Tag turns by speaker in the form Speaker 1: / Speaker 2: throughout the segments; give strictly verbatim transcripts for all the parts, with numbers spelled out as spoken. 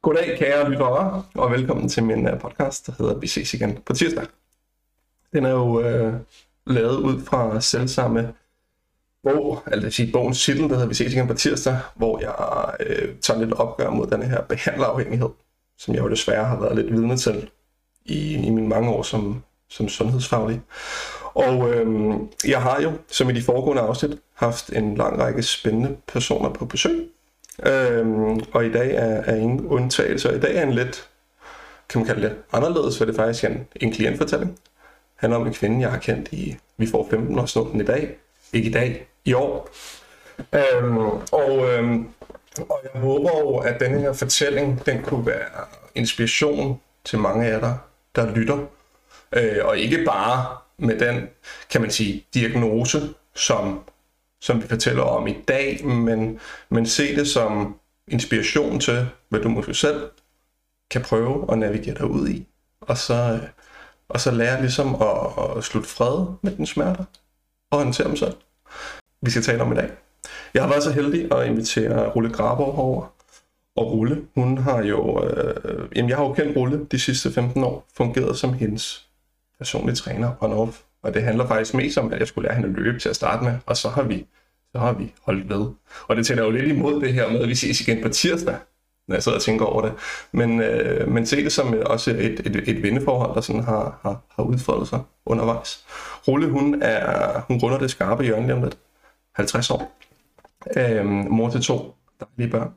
Speaker 1: Goddag kære lyttere, og velkommen til min podcast, der hedder Vi ses igen på tirsdag. Den er jo øh, lavet ud fra selvsamme bog, altså sige bogens titel, der hedder Vi ses igen på tirsdag, hvor jeg øh, tager lidt opgør mod den her behandlerafhængighed, som jeg jo desværre har været lidt vidne til i, i mine mange år som, som sundhedsfaglig. Og øh, jeg har jo, som i de foregående afsnit, haft en lang række spændende personer på besøg. Øhm, og i dag er, er ingen undtagelse, og i dag er en lidt, kan man kalde det anderledes, for det er faktisk en, en klientfortælling. Det handler om en kvinde, jeg har kendt i, vi får femten års stunden i dag, ikke i dag, i år. Øhm, og, øhm, og jeg håber jo, at denne her fortælling, den kunne være inspiration til mange af jer, der lytter. Øh, og ikke bare med den, kan man sige, diagnose, som som vi fortæller om i dag, men, men se det som inspiration til, hvad du måske selv kan prøve at navigere dig ud i. Og så, og så lære ligesom at, at slutte fred med den smerter og håndtere dem selv. Vi skal tale om i dag. Jeg har været så heldig at invitere Rulle Graborg herover. Og Rulle, hun har jo, øh, jamen jeg har jo kendt Rulle de sidste femten år, fungeret som hendes personlige træner on-off. Og det handler faktisk mest om, at jeg skulle lære hende at løbe til at starte med, og så har vi, så har vi holdt ved. Og det tæller jo lidt imod det her med, at vi ses igen på tirsdag, når jeg sidder og tænker over det. Men, øh, men se det som også et, et, et venneforhold, der sådan har, har, har udfoldet sig undervejs. Rulle, hun, er, hun runder det skarpe hjørne lige om lidt. halvtreds år. Øh, mor til to dejlige børn.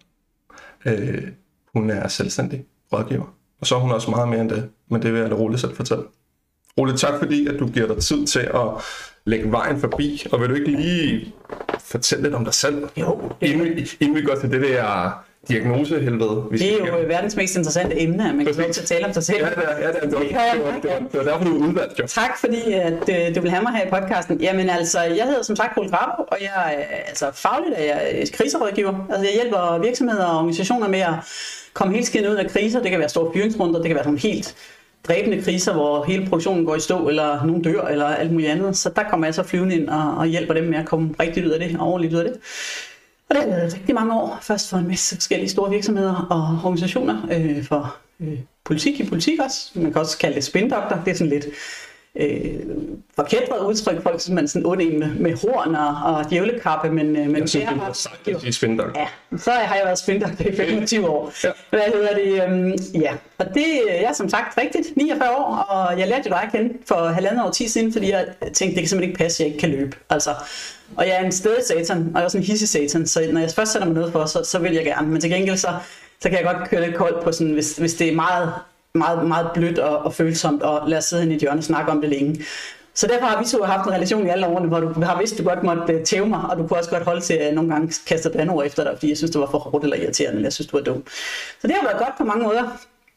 Speaker 1: Øh, hun er selvstændig rådgiver. Og så er hun også meget mere end det, men det vil jeg lade Rulle selv fortælle. Rulle, tak fordi, at du giver dig tid til at lægge vejen forbi. Og vil du ikke lige fortælle lidt om dig selv?
Speaker 2: Jo.
Speaker 1: Inden, inden vi går til det der diagnosehelvede. Vi
Speaker 2: det er jo verdens mest interessante emne, at man kan få til at tale om sig selv.
Speaker 1: Ja, det er, ja, det er, det var, det var, det var, det var derfor, du er udvalgt, jo.
Speaker 2: Tak fordi, at øh, du vil have mig her i podcasten. Jamen altså, jeg hedder som sagt Rulle Graborg, og jeg er altså fagligt er jeg kriserådgiver. Altså jeg hjælper virksomheder og organisationer med at komme helt skidt ud af kriser. Det kan være store fyringsrunder, det kan være sådan helt dræbende kriser, hvor hele produktionen går i stå, eller nogen dør, eller alt muligt andet. Så der kommer jeg så flyvende ind og, og hjælper dem med at komme rigtigt ud af det, og ordentligt ud af det. Og det har været rigtig mange år. Først for en masse forskellige store virksomheder og organisationer. Øh, for øh, politik i politik også. Man kan også kalde det spindoktor. Det er sådan lidt øh, forkædret udtryk. Folk synes, man er sådan ondt med, med horn og, og djævlekappe. Men, øh, men
Speaker 1: jeg synes, det er sagt at sige spindoktor.
Speaker 2: Ja, så har jeg været spindoktor i femogtyve år.
Speaker 1: Ja.
Speaker 2: Hvad hedder det? Øhm, ja, og det jeg er som sagt rigtigt niogfyrre år, og jeg lærte jo dig at kende for halvandet år tid siden, fordi jeg tænkte, det kan simpelthen ikke passe, at jeg ikke kan løbe. Altså, og jeg er en stedig satan, og jeg er også en hissig satan, så når jeg først sætter mig noget for, så, så vil jeg gerne. Men til gengæld, så, så kan jeg godt køre lidt koldt på sådan, hvis, hvis det er meget, meget, meget blødt og, og følsomt, og lad os sidde inde i et hjørne og snakke om det længe. Så derfor har vi to haft en relation i alle årene, hvor du har vidst, at du godt måtte tæve mig, og du kunne også godt holde til at nogle gange kaste et andet ord efter dig, fordi jeg synes, det var for hårdt eller irriterende, eller jeg synes, du var dum. Så det har været godt på mange måder.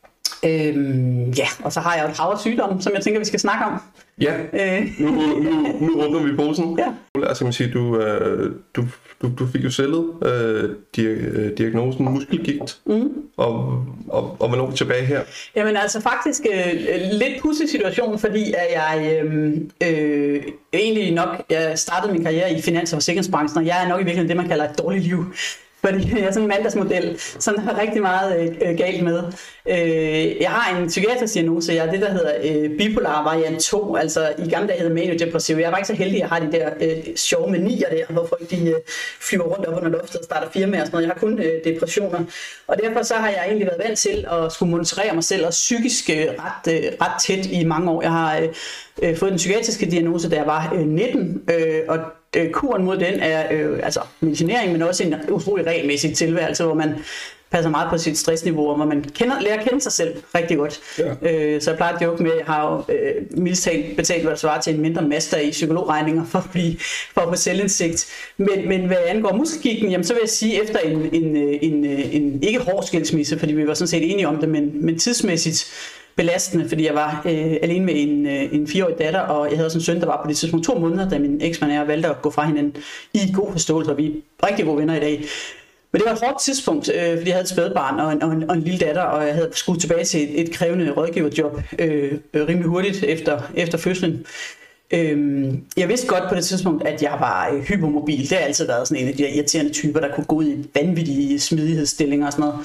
Speaker 2: Øhm, ja, og så har jeg jo et hav af sygdomme, som jeg tænker, vi skal snakke om.
Speaker 1: Ja, øh. nu, nu, nu åbner vi posen.
Speaker 2: Ja.
Speaker 1: Altså, man siger, du, du, du, du fik jo stillet øh, diagnosen muskelgigt, mm. og, og, og hvornår er vi tilbage her?
Speaker 2: Jamen altså faktisk øh, lidt pudsig situation, fordi at jeg øh, øh, egentlig nok jeg startede min karriere i finans- og forsikringsbranchen, og jeg er nok i virkeligheden det, man kalder et dårligt liv. Fordi jeg er sådan en mandagsmodel, som har rigtig meget øh, galt med. Øh, jeg har en psykiatrisk diagnose, jeg er det, der hedder øh, bipolar variant to, altså i gamle dage hedder maniodepressiv. Jeg var ikke så heldig, at jeg har de der øh, sjove manier der, hvor folk de, øh, flyver rundt op under loftet og starter firmaer og sådan noget. Jeg har kun øh, depressioner, og derfor så har jeg egentlig været vant til at skulle monitorere mig selv og psykisk øh, ret, øh, ret tæt i mange år. Jeg har øh, fået den psykiatriske diagnose, da jeg var øh, nitten, øh, og kuren mod den er øh, altså medicinering, men også en utrolig regelmæssig tilværelse, hvor man passer meget på sit stressniveau, og hvor man kender, lærer at kende sig selv rigtig godt. Ja. Øh, så jeg plejer at joke med, at jeg har jo øh, mildest talt betalt, hvad der svarer til en mindre master i psykologregninger for at, blive, for at få selvindsigt. Men, men hvad angår muskelgigten, jamen, så vil jeg sige, efter en, en, en, en ikke hård skilsmisse, fordi vi var sådan set enige om det, men, men tidsmæssigt belastende, fordi jeg var øh, alene med en, øh, en fireårig datter, og jeg havde også en søn, der var på det tidspunkt to måneder, da min eksmand og jeg valgte at gå fra hinanden i god forståelse, og vi er rigtig gode venner i dag. Men det var et hårdt tidspunkt, øh, fordi jeg havde et spædbarn og en, og, en, og en lille datter, og jeg havde skudt tilbage til et, et krævende rådgiverjob øh, rimelig hurtigt efter, efter fødslen. Øh, jeg vidste godt på det tidspunkt, at jeg var øh, hypermobil. Det har altid været sådan en af de irriterende typer, der kunne gå ud i vanvittige smidighedsstillinger og sådan noget.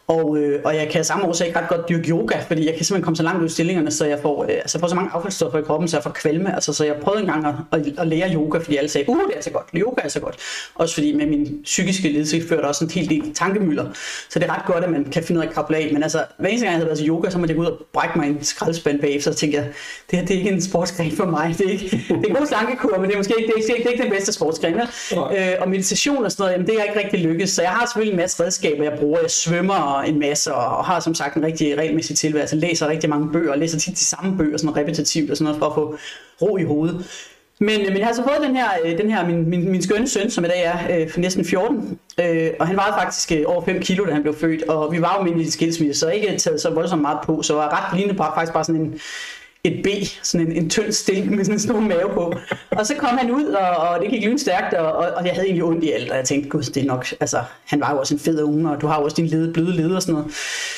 Speaker 2: Og, øh, og jeg kan samme årsag ikke ret godt dyrke yoga, fordi jeg kan simpelthen komme så langt ud i stillingerne, så jeg får, øh, altså jeg får så mange affaldsstoffer i kroppen, så jeg får kvalme. Altså, så jeg prøvede engang at, at, at lære yoga, fordi alle sagde, uh, det er så godt, yoga er så godt. Også fordi med min psykiske lidelse fører der også en hel del tankemøller. Så det er ret godt, at man kan finde ud af at koble af. Men altså, hver eneste gang jeg havde været til yoga, så måtte jeg gå ud og brække mig en skraldespand bagefter, så tænkte jeg, det her det er ikke en sportsgren for mig. Det er, ikke, det er en god slankekur, men det er måske ikke, det er ikke, det er ikke den bedste sportsgren. Øh, og meditation og sådan noget, jamen, det er ikke rigtig lykkes. Så jeg har selvfølgelig en masse redskaber, jeg bruger. Jeg svømmer en masse og har som sagt en rigtig regelmæssig tilværelse. Jeg læser rigtig mange bøger og læser tit de samme bøger, sådan repetitivt og sådan noget, for at få ro i hovedet. Men, men jeg har så fået den her, den her min, min, min skønne søn, som i dag er øh, for næsten fjorten, øh, og han vejede faktisk øh, over fem kilo, da han blev født, og vi var jo mindre i skilsmisse, så ikke taget så voldsomt meget på, så var ret lignende bare faktisk bare sådan en et B, sådan en, en tynd stilk med sådan en stor mave på. Og så kom han ud, og, og det gik lynstærkt, og, og, og jeg havde egentlig ondt i alt, og jeg tænkte, gud, det er nok, altså, han var jo også en fed unge, og du har jo også din lede, bløde led og sådan noget.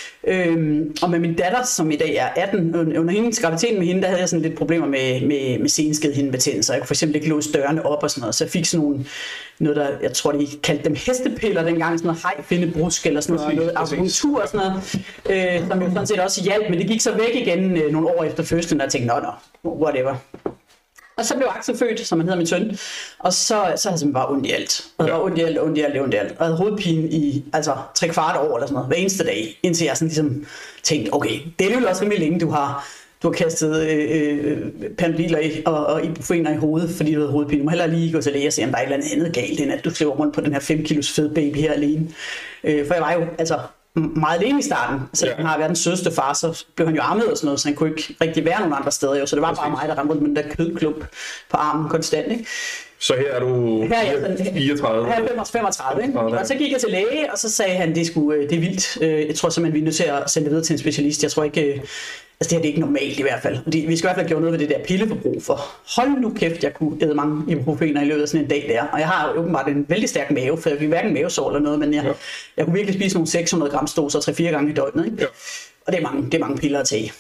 Speaker 2: Øhm, og med min datter, som i dag er atten, under hendes graviditet med hende, der havde jeg sådan lidt problemer med, med, med seneskadehindebetændelser. Jeg kunne for eksempel ikke låse dørene op og sådan noget, så jeg fik sådan nogle, noget der, jeg tror de kaldte dem hestepiller dengang, sådan noget hajfindebrusk eller sådan noget, noget akupunktur og sådan noget, øh, som jo sådan set også hjalp, men det gik så væk igen øh, nogle år efter fødslen, og jeg tænkte, nå, nå, whatever. Og så blev Axel født, som han hedder min søn, og så, så havde jeg simpelthen bare ondt i alt. Og der var ondt i alt, ondt i alt, ondt i alt. Og jeg havde hovedpine i altså tre kvart år eller sådan noget, hver eneste dag, indtil jeg sådan ligesom tænkte, okay, det er jo også rimelig længe, du har, du har kastet øh, panodiler i, og, og ibuprofener i hovedet, fordi du havde hovedpine. Du må hellere lige gå til læge og se, om der er et eller andet galt, end at du slæver rundt på den her fem kilos fed baby her alene. Øh, for jeg var jo, altså, meget alene i starten, så ja. Han har været den sødeste far, så blev han jo armet og sådan noget, så han kunne ikke rigtig være nogen andre steder, jo. Så det var Præcis. Bare mig, der ramte rundt med den der kødklump på armen konstant, ikke?
Speaker 1: Så her er du
Speaker 2: her er jeg,
Speaker 1: fireogtredive?
Speaker 2: Her er femogtredive, ikke? Og så gik jeg til læge, og så sagde han, det, skulle, det er vildt. Jeg tror simpelthen, vi er nødt til at sende det videre til en specialist. Jeg tror ikke, altså det her det er ikke normalt i hvert fald. Vi skal i hvert fald gøre noget ved det der pilleforbrug, for hold nu kæft, jeg kunne æde mange ibuprofener i løbet af sådan en dag der. Og jeg har åbenbart en vældig stærk mave, for jeg fik hverken mavesår eller noget, men jeg, ja. jeg kunne virkelig spise nogle seks hundrede gram stoser tre fire gange i døgnet, ikke? Ja. Og det er, mange, det er mange piller at tage.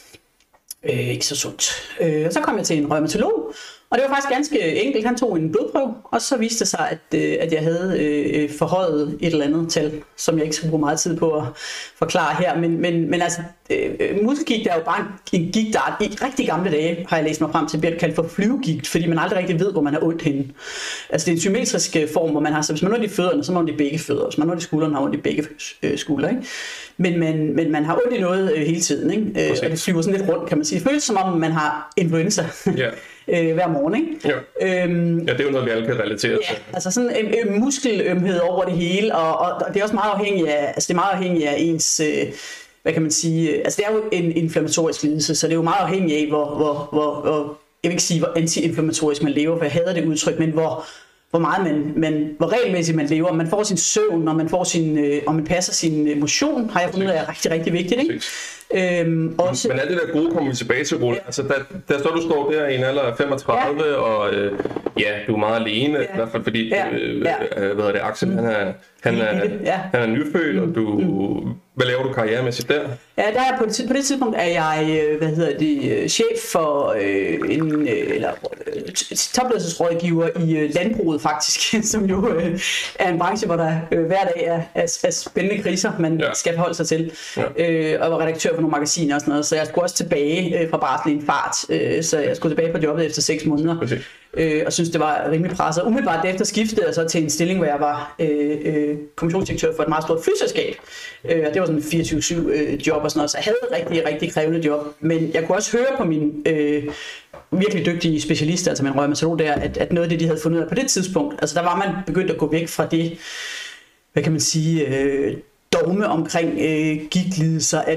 Speaker 2: Øh, ikke så sundt. Øh, og så kom jeg til en reumatolog, og det var faktisk ganske enkelt. Han tog en blodprøve, og så viste det sig, at, øh, at jeg havde øh, forhøjet et eller andet tal, som jeg ikke skal bruge meget tid på at forklare her. Men, men, men altså, øh, muskelgigt er jo bare en gigt, der i rigtig gamle dage, har jeg læst mig frem til, bliver kaldt for flyvegigt, fordi man aldrig rigtig ved, hvor man har ondt henne. Altså det er en symmetrisk form, hvor man har, så hvis man har ondt i fødderne, så har man ondt i begge fødder. Hvis man har ondt i skuldrene, har man ondt i begge øh, skuldre, ikke? Men, men, men man har ondt i noget øh, hele tiden, ikke? Øh, og det flyver sådan lidt rundt, kan man sige. Det føles som om, man har influenza. Yeah. Øh, hver morgen, ikke?
Speaker 1: Ja. Øhm, ja, det er jo noget, vi alle kan relatere til.
Speaker 2: Ja, altså sådan en øh, muskelømhed over det hele, og, og, og det er også meget afhængigt af, altså det er meget afhængigt af ens, øh, hvad kan man sige, altså det er jo en inflammatorisk lidelse, så det er jo meget afhængigt af, hvor, hvor, hvor, hvor jeg vil ikke sige, hvor antiinflammatorisk man lever, for jeg hader det udtryk, men hvor, hvor meget man, man, hvor regelmæssigt man lever, man får sin søvn, og man får sin, øh, og man passer sin motion, har jeg fundet ud af er rigtig, rigtig vigtigt, ikke?
Speaker 1: Øhm, også... Men alt det der gode kommer vi tilbage til, Rulle. Ja. Altså, der, der står du står der i en alder af femogtredive, ja. og øh, ja, du er meget alene, ja. i hvert fald fordi, ja. øh, ja. hvad hedder det, Axel, mm. han er, han er, ja. han er nyfødt, mm. og du, mm. hvad laver du karrieremæssigt der?
Speaker 2: Ja, der er på, det, på det tidspunkt er jeg, hvad hedder det, chef for øh, en, eller øh, topledelsesrådgiver i øh, landbruget faktisk, som jo øh, er en branche, hvor der øh, hver dag er, er, er spændende kriser, man ja. skal forholde sig til, ja. øh, og var redaktør for nogle magasiner og sådan noget, så jeg skulle også tilbage øh, fra barsel i en fart, øh, så jeg skulle tilbage på jobbet efter seks måneder. Okay. Øh, og synes det var rimelig presset. Umiddelbart efter skiftede jeg så til en stilling, hvor jeg var øh, øh, kommissionsdirektør for et meget stort flyselskab. Øh, og det var sådan en fireogtyve syv øh, job og sådan noget, så jeg havde et rigtig, rigtig krævende job. Men jeg kunne også høre på min øh, virkelig dygtige specialist, altså min reumatolog der, at, at noget af det, de havde fundet ud af på det tidspunkt, altså der var man begyndt at gå væk fra det, hvad kan man sige, øh, dogme omkring øh, gigtlidelser, at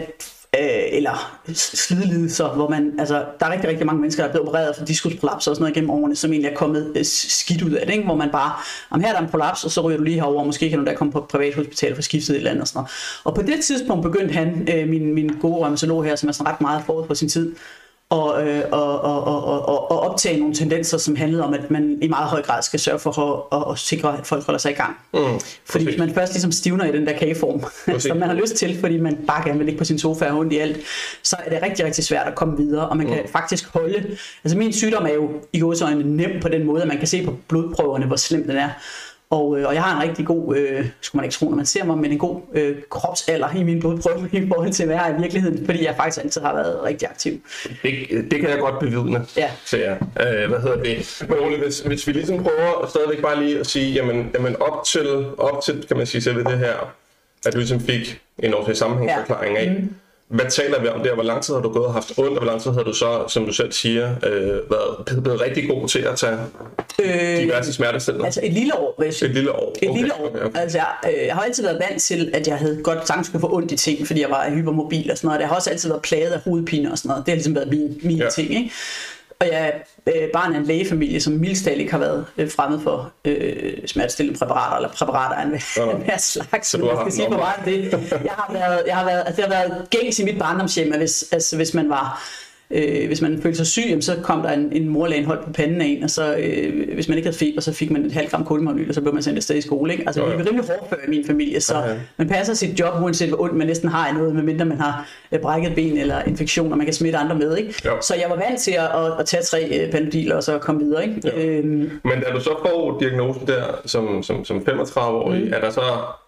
Speaker 2: eller slidlidelser, hvor man, altså, der er rigtig, rigtig mange mennesker, der er blevet opereret for diskusprolaps og sådan noget gennem årene, som egentlig er kommet øh, skidt ud af det, ikke? Hvor man bare, om her er der en prolaps, og så ryger du lige herover, og måske kan du da komme på et privathospital for skiftet et eller andet og sådan noget. Og på det tidspunkt begyndte han, øh, min, min gode reumatolog her, som er sådan ret meget forud på sin tid, og, øh, og, og, og, og, og optage nogle tendenser, som handlede om, at man i meget høj grad skal sørge for at, at, at sikre, at folk holder sig i gang. Mm, fordi hvis man først ligesom stivner i den der kageform, som man har lyst til, fordi man bare gerne vil ligge på sin sofa og ondt i alt, så er det rigtig, rigtig svært at komme videre, og man kan mm. faktisk holde. Altså min sygdom er jo i gåseøjne nem på den måde, at man kan se på blodprøverne, hvor slem den er. Og, øh, og jeg har en rigtig god, øh, skulle man ikke tro, når man ser mig, men en god øh, kropsalder i min blodprøve i forhold til, hvad jeg er i virkeligheden, fordi jeg faktisk altid har været rigtig aktiv.
Speaker 1: Det, det kan jeg godt bevidne,
Speaker 2: ja.
Speaker 1: Så ja. Øh, hvad hedder det? Men Ole, hvis, hvis vi ligesom prøver stadigvæk bare lige at sige, jamen, jamen op, til, op til, kan man sige, selve det her, at du ligesom fik en ordentlig sammenhængsforklaring af. Mm. Hvad taler vi om der? Hvor lang tid har du gået og haft ondt, og hvor lang tid har du så, som du selv siger, øh, været blevet rigtig god til at tage øh, diverse smertestillende?
Speaker 2: Altså et lille år, vil jeg sige.
Speaker 1: Et lille år?
Speaker 2: Et
Speaker 1: okay,
Speaker 2: lille år.
Speaker 1: Okay, okay.
Speaker 2: Altså jeg, øh, jeg har altid været vant til, at jeg havde godt sagtens kunne få ondt i ting, fordi jeg var hypermobil og sådan noget. Jeg har også altid været plaget af hovedpine og sådan noget. Det har ligesom været min, min ja. ting, ikke? Og jeg er øh, barn af en lægefamilie, som mildest talt ikke har været øh, fremmed for øh, smertestillende præparater, eller præparater af en hver slags, så du har, skal sige på meget det. Jeg har været, jeg har været, altså det har været gængs i mit barndomshjem, at hvis, altså, hvis man var Øh, hvis man følte sig syg, jamen, så kom der en, en morlægen holdt på panden af en, og så, øh, hvis man ikke havde feber, så fik man et halvt gram kodimonyl, og så blev man sendt afsted i skole. Ikke? Altså, vi er rimelig hårdfør i min familie, så okay. Man passer sit job, uanset hvor ondt man næsten har af noget, medmindre man har øh, brækket ben eller infektioner, man kan smitte andre med. Ikke? Så jeg var vant til at, at, at tage tre øh, Panodiler og så komme videre. Ikke? Øhm.
Speaker 1: Men da du så får diagnosen der som, som, som femogtredive-årig, mm. er der så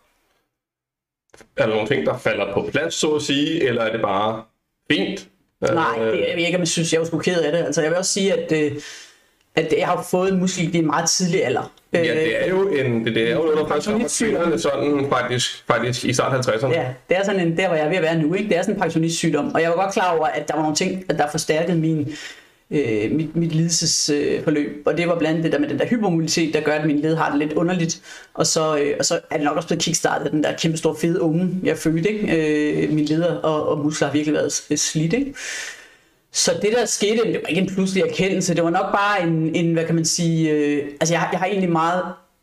Speaker 1: er der nogle ting, der falder på plads, så at sige, eller er det bare fint?
Speaker 2: Nej, det, jeg ved ikke, om jeg synes, jeg var sgu ked af det. Altså, jeg vil også sige, at, at jeg har fået en muskel i en meget tidlig alder.
Speaker 1: Ja, det er jo en, det, det er jo noget, der faktisk kommer kvinderne sådan faktisk, faktisk i start halvtredserne.
Speaker 2: Ja, det er sådan en, der hvor jeg er ved at være nu, ikke? Det er sådan en pensionistsygdom, og jeg var godt klar over, at der var nogle ting, der forstærkede min, øh, mit, mit lidelsesforløb, og det var blandt andet det der med den der hypermobilitet, der gør, at min led har det lidt underligt, og så, øh, og så er det nok også blevet kickstartet af den der kæmpe store fede unge, jeg fødte, ikke? Øh, mine leder og, og muskler har virkelig været slidt, ikke? Så det der skete, det var ikke en pludselig erkendelse, det var nok bare en, en hvad kan man sige, øh, altså jeg, jeg har egentlig meget,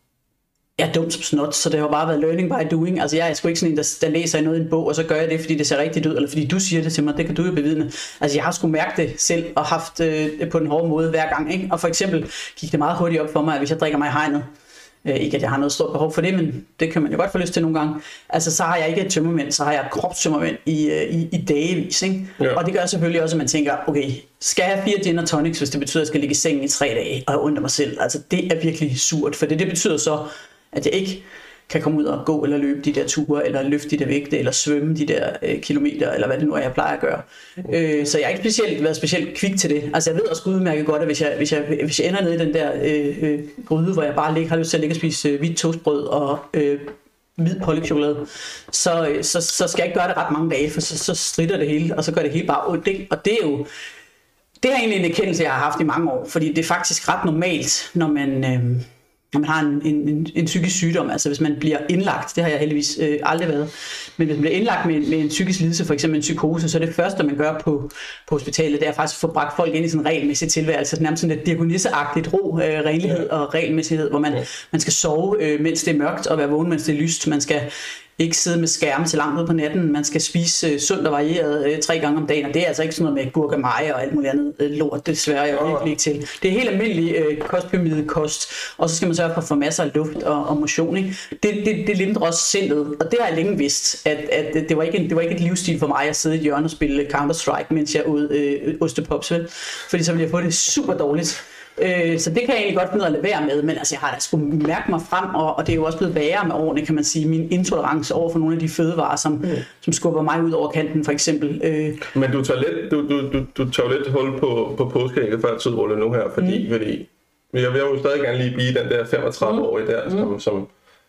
Speaker 2: jeg er dum som snot, så det har bare været learning by doing. Altså jeg er sgu ikke sådan en, der, der læser noget i en bog, og så gør jeg det, fordi det ser rigtigt ud, eller fordi du siger det til mig, det kan du jo bevidne. Altså jeg har sgu mærket det selv, og haft øh, det på den hårde måde hver gang, ikke? Og for eksempel gik det meget hurtigt op for mig, at hvis jeg drikker mig i hegnet, øh, ikke at jeg har noget stort behov for det, men det kan man jo godt få lyst til nogle gange, altså så har jeg ikke et tømmermænd, så har jeg et kropstømmermænd i, øh, i, i dagevis, ikke? Ja. Og det gør selvfølgelig også, at man tænker, okay, skal jeg have fire gin og tonics, hvis det betyder, at jeg skal ligge i sengen i tre dage, og jeg undrer mig selv, altså det er virkelig surt, for det, det betyder så, at jeg ikke kan komme ud og gå eller løbe de der ture, eller løfte de der vægte, eller svømme de der øh, kilometer, eller hvad det nu er, jeg plejer at gøre. Øh, så jeg har ikke specielt været specielt kvik til det. Altså jeg ved også udmærket godt, at hvis jeg, hvis jeg, hvis jeg ender nede i den der øh, øh, gryde, hvor jeg bare ligger, har lyst til at ligge og spise øh, hvidt toastbrød og øh, hvid pålægtschokolade, så, øh, så, så skal jeg ikke gøre det ret mange dage, for så, så stritter det hele, og så gør det hele bare ondt. Ikke? Og det er jo det er egentlig en erkendelse, jeg har haft i mange år, fordi det er faktisk ret normalt, når man... Øh, når man har en, en, en psykisk sygdom, altså hvis man bliver indlagt, det har jeg heldigvis øh, aldrig været, men hvis man bliver indlagt med, med en psykisk lidelse, for eksempel en psykose, så er det første, man gør på, på hospitalet, det er faktisk at få bragt folk ind i sådan en regelmæssig tilværelse, nærmest sådan et diakonisseagtigt ro, øh, renlighed og regelmæssighed, hvor man, man skal sove, øh, mens det er mørkt, og være vågen, mens det er lyst, man skal ikke sidde med skærme til langt ud på natten, man skal spise øh, sundt og varieret øh, tre gange om dagen, og det er altså ikke sådan noget med gurkemeje og alt muligt andet øh, lort, det sværger jeg virkelig ikke til. Det er helt almindelig øh, kostpyramidekost, og så skal man sørge for at få masser af luft og, og motion. Ikke? Det, det, det lindrer også sindet, og det har jeg længe vidst, at, at det, var ikke en, det var ikke et livsstil for mig at sidde i et hjørne og spille Counter-Strike, mens jeg ud øh, ostepops, vel? Fordi så ville jeg få det super dårligt. Øh, så det kan jeg egentlig godt finde ud af at lade være med, men altså jeg har da sgu mærke mig frem, og, og det er jo også blevet værre med årene, kan man sige, min intolerance over for nogle af de fødevarer, som, mm. som skubber mig ud over kanten, for eksempel. Øh.
Speaker 1: Men du tager lidt, du, du, du, du tager lidt hul på, på påskeægget før tidrulle nu her, fordi, mm. fordi jeg vil jo stadig gerne lige blive den der femogtredive-årige der, som, som,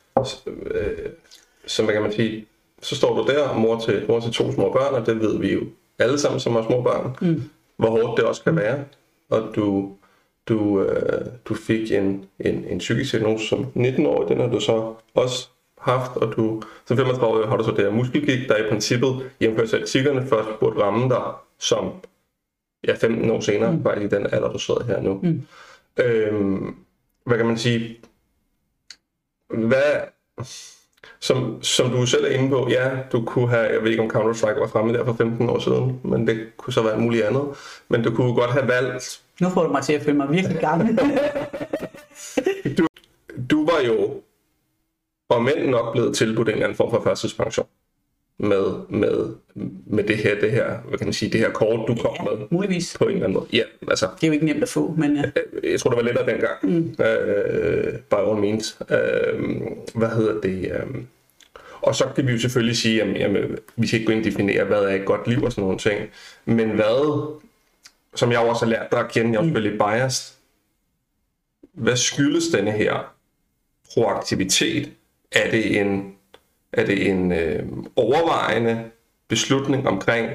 Speaker 1: øh, som, hvad kan man sige, så står du der, mor til, mor til to små børn, og det ved vi jo alle sammen, som har små børn, mm. hvor hårdt det også kan være, og du... Du, øh, du fik en, en, en psykisk diagnose som nitten-årig, den har du så også haft, og du som femogtredive-årig har du så det her muskelgigt, der i princippet hjemført statistikkerne først burde ramme dig som ja, femten år senere, mm. faktisk i den alder, du sidder her nu. Mm. Øhm, hvad kan man sige? Hvad, som, som du selv er inde på, ja, du kunne have, jeg ved ikke om Counter-Strike var fremme der for femten år siden, men det kunne så være alt muligt andet, men du kunne godt have valgt.
Speaker 2: Nu får du mig til at føle mig virkelig gammel.
Speaker 1: du, du var jo, og mænd nok blevet tilbudt en eller anden form for førtidspension. med, med, med det her, det her, hvad kan man sige, det her kort, du kom
Speaker 2: ja,
Speaker 1: med?
Speaker 2: Muligvis.
Speaker 1: På en eller anden måde. Ja, altså.
Speaker 2: Det er jo ikke nemt at få, men... Ja.
Speaker 1: Jeg tror, det var lettere dengang. Mm. Øh, by all means. Øh, hvad hedder det? Øh, og så kan vi jo selvfølgelig sige, at jamen, vi skal ikke gå ind og definere, hvad er et godt liv og sådan nogle ting. Men hvad, som jeg også har lært dig at kende, jeg er selvfølgelig mm. biased. Hvad skyldes denne her proaktivitet? Er det en, er det en øh, overvejende beslutning omkring,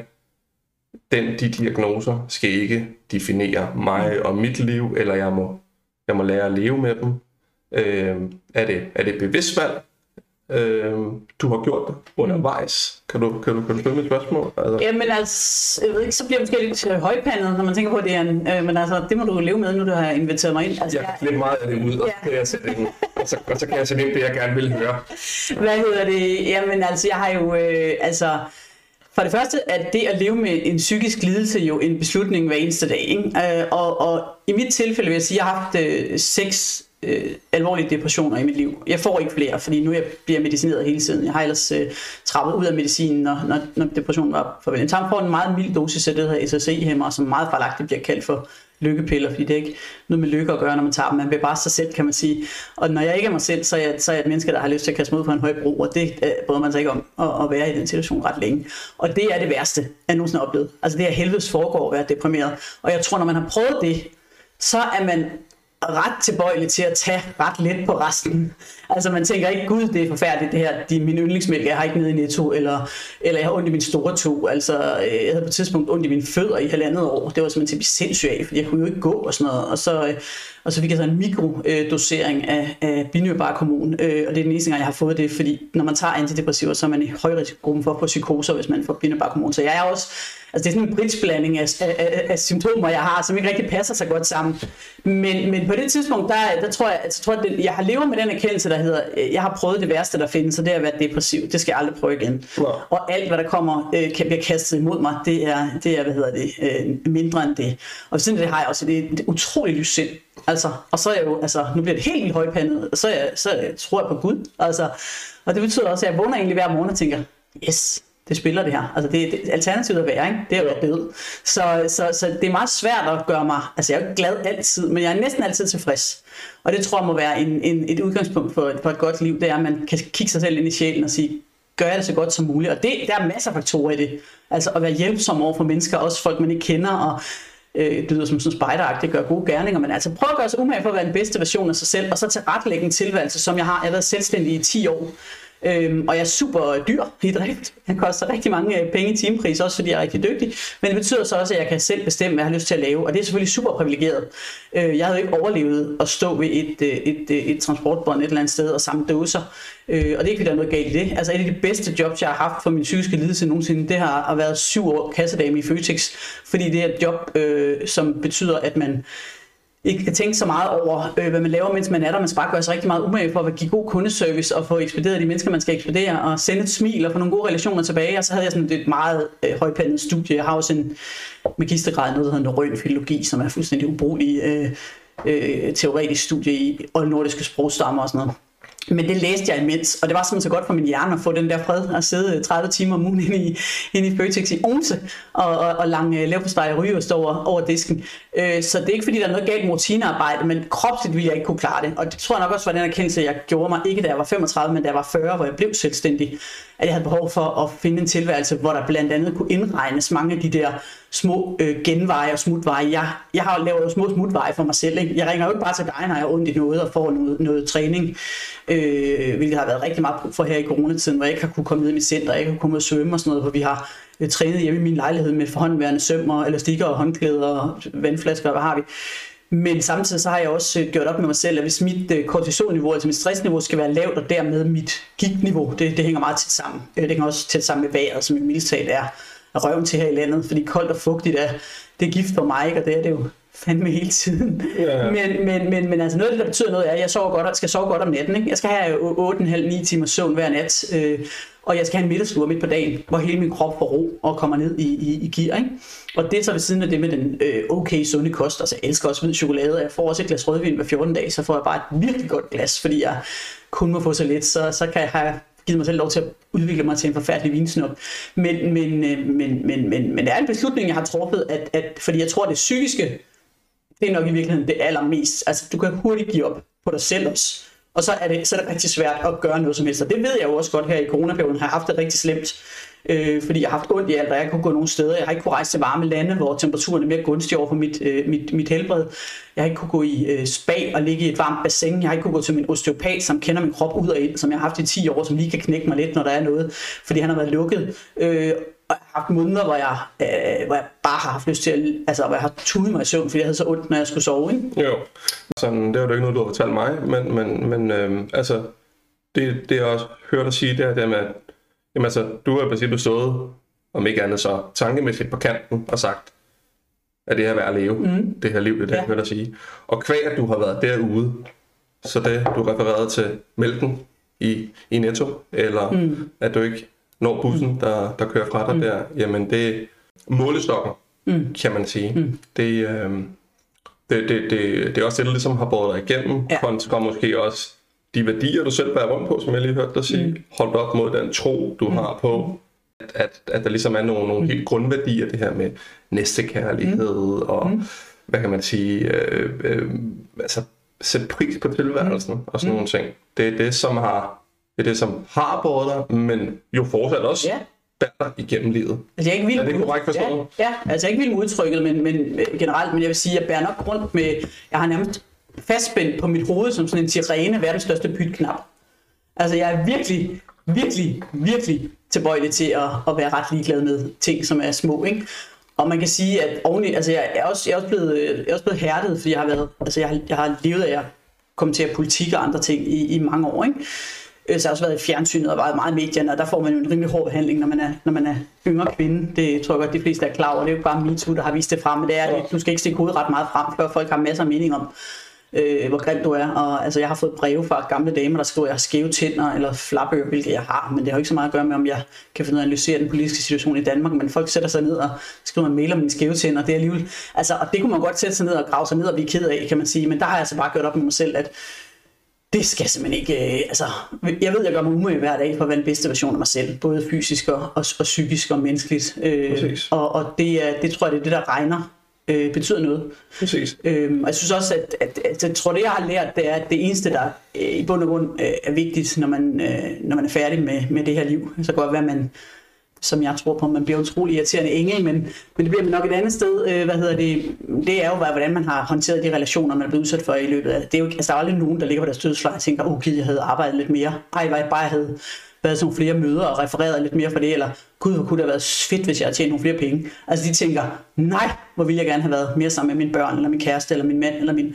Speaker 1: den, de diagnoser skal ikke definere mig og mit liv, eller jeg må, jeg må lære at leve med dem? Øh, er, det, er det bevidst valg, øh, du har gjort det undervejs? Kan du, kan du, kan du stille mit spørgsmål? Altså.
Speaker 2: Jamen altså, jeg ved ikke, så bliver det måske lidt højpandet, når man tænker på, at det er en, øh, men altså, det må du leve med, nu du har inviteret mig ind. Altså,
Speaker 1: jeg kan lidt meget af det ud, og, ja. jeg ind, og, så, og så kan jeg sætte ind det, jeg gerne vil høre.
Speaker 2: Hvad hedder det? Jamen altså, jeg har jo, øh, altså... For det første er det at leve med en psykisk lidelse jo en beslutning hver eneste dag. Ikke? Og, og i mit tilfælde vil jeg sige, at jeg har haft øh, seks øh, alvorlige depressioner i mit liv. Jeg får ikke flere, fordi nu jeg bliver medicineret hele tiden. Jeg har ellers øh, trappet ud af medicinen, når, når, når depressionen var forventet. Jeg får en meget mild dosis af det, der hedder S S R I-hæmmer, som meget fejlagtigt bliver kaldt for lykkepiller, fordi det er ikke noget med lykke at gøre, når man tager dem. Man bliver bare sig selv, kan man sige. Og når jeg ikke er mig selv, så er jeg, så er jeg et menneske, der har lyst til at kaste mig ud på en høj bro, og det øh, bryder man sig ikke om at, at være i den situation ret længe. Og det er det værste, jeg nogensinde har oplevet. Altså det er helvedes foregår at være deprimeret. Og jeg tror, når man har prøvet det, så er man ret tilbøjelig til at tage ret let på resten. Altså man tænker ikke, gud, det er forfærdeligt det her, de, min yndlingsmælk, jeg har ikke nede i Netto, eller, eller jeg har ondt i min store tog. Altså jeg havde på et tidspunkt ondt i mine fødder i halvandet år. Det var simpelthen til at blive sindssyg af, fordi jeg kunne jo ikke gå og sådan noget. Og så, og så fik jeg så en mikrodosering af, af binyrbarkhormon, og det er den eneste gang, jeg har fået det, fordi når man tager antidepressiver, så er man i højrisikogruppen for at få psykoser, hvis man får binyrbarkhormon. Så jeg er også, altså det er sådan en bridgeblanding af, af, af, af symptomer, jeg har, som ikke rigtig passer sig godt sammen. Men, men på det tidspunkt, der, der tror jeg, altså, tror jeg, jeg har levet med den erkendelse, der hedder, jeg har prøvet det værste, der findes, og det er at være depressiv. Det skal jeg aldrig prøve igen. Wow. Og alt, hvad der kommer, øh, kan blive kastet imod mig, det er, det er hvad hedder det, øh, mindre end det. Og siden det har jeg også et, et utroligt lys sind. Altså, og så er jeg jo, altså, nu bliver det helt vildt højpandet, og så, jeg, så jeg, tror jeg på Gud. Altså, og det betyder også, at jeg vågner egentlig hver morgen og tænker, yes, det spiller det her. Altså det, det alternativet at være, ikke? Det er jo at være død. Så, så, så det er meget svært at gøre mig, altså jeg er jo glad altid, men jeg er næsten altid tilfreds. Og det tror jeg må være en, en, et udgangspunkt for, for et godt liv, det er, at man kan kigge sig selv ind i sjælen og sige, gør jeg det så godt som muligt. Og det, der er masser af faktorer i det. Altså at være hjælpsom over for mennesker, også folk man ikke kender, og øh, det lyder som sådan spejderagtigt, gør gode gerninger, men altså prøv at gøre sig umage for at være den bedste version af sig selv, og så tilrettelægge en tilværelse, som jeg har. Jeg har været selvstændig i ti år. Øhm, og jeg er super dyr i drift. Han koster rigtig mange penge i timepris, også fordi jeg er rigtig dygtig. Men det betyder så også, at jeg kan selv bestemme, hvad jeg har lyst til at lave. Og det er selvfølgelig super privilegeret. Øh, jeg havde ikke overlevet at stå ved et, et, et, et transportbånd et eller andet sted og samle dåser. Øh, og det er ikke, fordi der er noget galt i det. Altså et af de bedste jobs, jeg har haft for min psykiske lidelse nogensinde, det har været syv år kassedame i Føtex. Fordi det er et job, øh, som betyder, at man ikke kan tænke så meget over, øh, hvad man laver, mens man er der. Man skal bare gøre sig rigtig meget umage for at give god kundeservice og få ekspederet de mennesker, man skal ekspedere, og sende et smil og få nogle gode relationer tilbage. Og så havde jeg sådan et meget øh, højpandet studie. Jeg har også en magistergrad, noget der hedder norrøn filologi, som er fuldstændig ubrugelig øh, øh, teoretisk studie i oldnordiske sprogstammer og sådan noget. Men det læste jeg imens, og det var simpelthen så godt for min hjerne at få den der fred at sidde tredive timer om ugen inde i, inde i Føtex i Odense og, og, og lange leverpostej og ryge og stå over, over disken. Øh, så det er ikke fordi, der er noget galt med rutinearbejde, men kropsligt ville jeg ikke kunne klare det. Og det tror jeg nok også var den erkendelse, jeg gjorde mig, ikke da jeg var femogtredive, men da jeg var fyrre, hvor jeg blev selvstændig, at jeg havde behov for at finde en tilværelse, hvor der blandt andet kunne indregnes mange af de der små øh, genveje og smutveje. Jeg, jeg har lavet jo små smutveje for mig selv. Ikke? Jeg ringer jo ikke bare til dig, når jeg har ondt i noget og får noget, noget træning, øh, hvilket har været rigtig meget brug for her i coronatiden, hvor jeg ikke har kunne komme ned i mit center, jeg ikke har kunnet ud at svømme og sådan noget, hvor vi har øh, trænet hjemme i min lejlighed med forhåndværende sømmer, elastikker og håndklæder og vandflasker, hvad har vi. Men samtidig så har jeg også gjort op med mig selv, at hvis mit kortisolniveau, altså mit stressniveau skal være lavt, og dermed mit gigtniveau, det, det hænger meget tæt sammen. Det hænger også tæt sammen med vejret, som i militæret er røven til her i landet, fordi koldt og fugtigt er, det er gift for mig, ikke? Og det er det jo fandme hele tiden. Yeah. Men, men, men, men altså noget af det, der betyder noget, er, at jeg sover godt, skal sove godt om natten. Ikke? Jeg skal have otte komma fem til ni timer søvn hver nat, øh, og jeg skal have en middagslur midt på dagen, hvor hele min krop får ro og kommer ned i, i, i gear. Ikke? Og det er så ved siden af det med den øh, okay sunde kost. Altså, jeg elsker også hvid chokolade, og jeg får også et glas rødvin hver fjorten dage, så får jeg bare et virkelig godt glas, fordi jeg kun må få så lidt, så, så kan jeg have givet mig selv lov til at udvikle mig til en forfærdelig vinsnop. Men, men, men, men, men, men, men det er en beslutning, jeg har truffet, at, at, fordi jeg tror, at det psykiske, det er nok i virkeligheden det allermest. Altså, du kan hurtigt give op på dig selv også. Og så er, det, så er det rigtig svært at gøre noget som helst. Og det ved jeg jo også godt her i coronaperioden, har jeg haft det rigtig slemt. Øh, fordi jeg har haft ondt i alt, og jeg kunne gå nogle steder. Jeg har ikke kunne rejse til varme lande, hvor temperaturen er mere gunstig over for mit, øh, mit, mit helbred. Jeg har ikke kunne gå i øh, spa og ligge i et varmt bassin. Jeg har ikke kunne gå til min osteopat, som kender min krop ud og ind, som jeg har haft i ti år, som lige kan knække mig lidt, når der er noget, fordi han har været lukket. Øh, og jeg har haft måneder, hvor jeg, øh, hvor jeg bare har haft lyst til at, altså hvor jeg har tudet mig i søvn, fordi jeg havde så ondt, når jeg skulle sove. Ikke?
Speaker 1: Jo, sådan, det var jo ikke noget, du har fortalt mig, men, men, men øh, altså, det, det jeg også hørt dig sige, det er det med, jamen altså, du har i princippet stået, om ikke andet så tankemæssigt på kanten og sagt, at det her er værd at leve, mm. det her liv, det er det, ja. Jeg hørte dig sige. Og kvæg, at du har været derude, så det, du refererede til mælken i, i Netto, eller mm. at du ikke når bussen, der, der kører fra dig mm. der, jamen det er målestokken, mm. kan man sige. Mm. Det, øh, det, det, det, det er også det, der ligesom har båret dig igennem, ja. Kontra måske også de værdier, du selv bærer rundt på, som jeg lige hørte dig sige, mm. holdt op mod den tro, du mm. har på, at, at, at der ligesom er nogle, nogle mm. helt grundværdier, det her med næstekærlighed, mm. og mm. hvad kan man sige, øh, øh, altså sætte pris på tilværelsen, mm. og sådan mm. nogle ting. Det er det, som har, det er det, som har båret dig, men jo fortsat også yeah. bærer dig igennem livet.
Speaker 2: Altså, jeg er, ikke vild
Speaker 1: er det korrekt forstået?
Speaker 2: Ja, ja, altså jeg er ikke vild med udtrykket, men, men generelt, men jeg vil sige, at jeg bærer nok rundt med, jeg har nærmest fastspændt på mit hoved som sådan en sirene, verdens største pytknap. Altså jeg er virkelig, virkelig, virkelig tilbøjelig til at, at være ret ligeglad med ting, som er små, ikke? Og man kan sige, at oveni, altså jeg er også, jeg er også blevet, jeg er også blevet hærdet, fordi jeg har været, altså jeg har, jeg har levet af at kommentere politik og andre ting i, i mange år, ikke? Så jeg har også været i fjernsynet og været meget i medierne, og der får man jo en rimelig hård behandling, når man er, når man er yngre kvinde. Det tror jeg godt, de fleste er klar over. Det er jo ikke bare MeToo, der har vist det frem, men det er, at du skal ikke stikke hovedet ret meget frem, før folk har masser af mening om, øh, hvor grim du er. Og altså, jeg har fået breve fra gamle damer, der skriver, at jeg har skæve tænder eller flapører, hvilket jeg har, men det har jo ikke så meget at gøre med, om jeg kan finde ud af at analysere den politiske situation i Danmark, men folk sætter sig ned og skriver en mail om mine skæve tænder, det er alligevel, altså, og det kunne man godt sætte sig ned og grave sig ned og blive ked af, kan man sige, men der har jeg altså bare gjort op med mig selv, at det skal simpelthen ikke, øh, altså, jeg ved, jeg gør mig umage hver dag for at være den bedste version af mig selv, både fysisk og, og, og psykisk og menneskeligt, øh, og, og det, er, det tror jeg, det er det, der regner, øh, betyder noget.
Speaker 1: Præcis.
Speaker 2: Øh, og jeg synes også, at, at, at jeg tror, det jeg har lært, det er, at det eneste, der øh, i bund og grund øh, er vigtigt, når man, øh, når man er færdig med, med det her liv, så kan det være, at man, som jeg tror på, man bliver utrolig irriterende engel, men, men det bliver man nok et andet sted. Øh, hvad hedder det? Det er jo, hvordan man har håndteret de relationer, man er blevet udsat for i løbet af. Det er jo, altså, der er aldrig nogen, der ligger på deres dødsleje og tænker, åh oh, gud, jeg havde arbejdet lidt mere. Ej, jeg bare jeg havde været sådan nogle flere møder og refereret lidt mere for det, eller gud, hvor kunne det have været fedt, hvis jeg havde tjent nogle flere penge. Altså de tænker, nej, hvor ville jeg gerne have været mere sammen med mine børn, eller min kæreste, eller min mand, eller min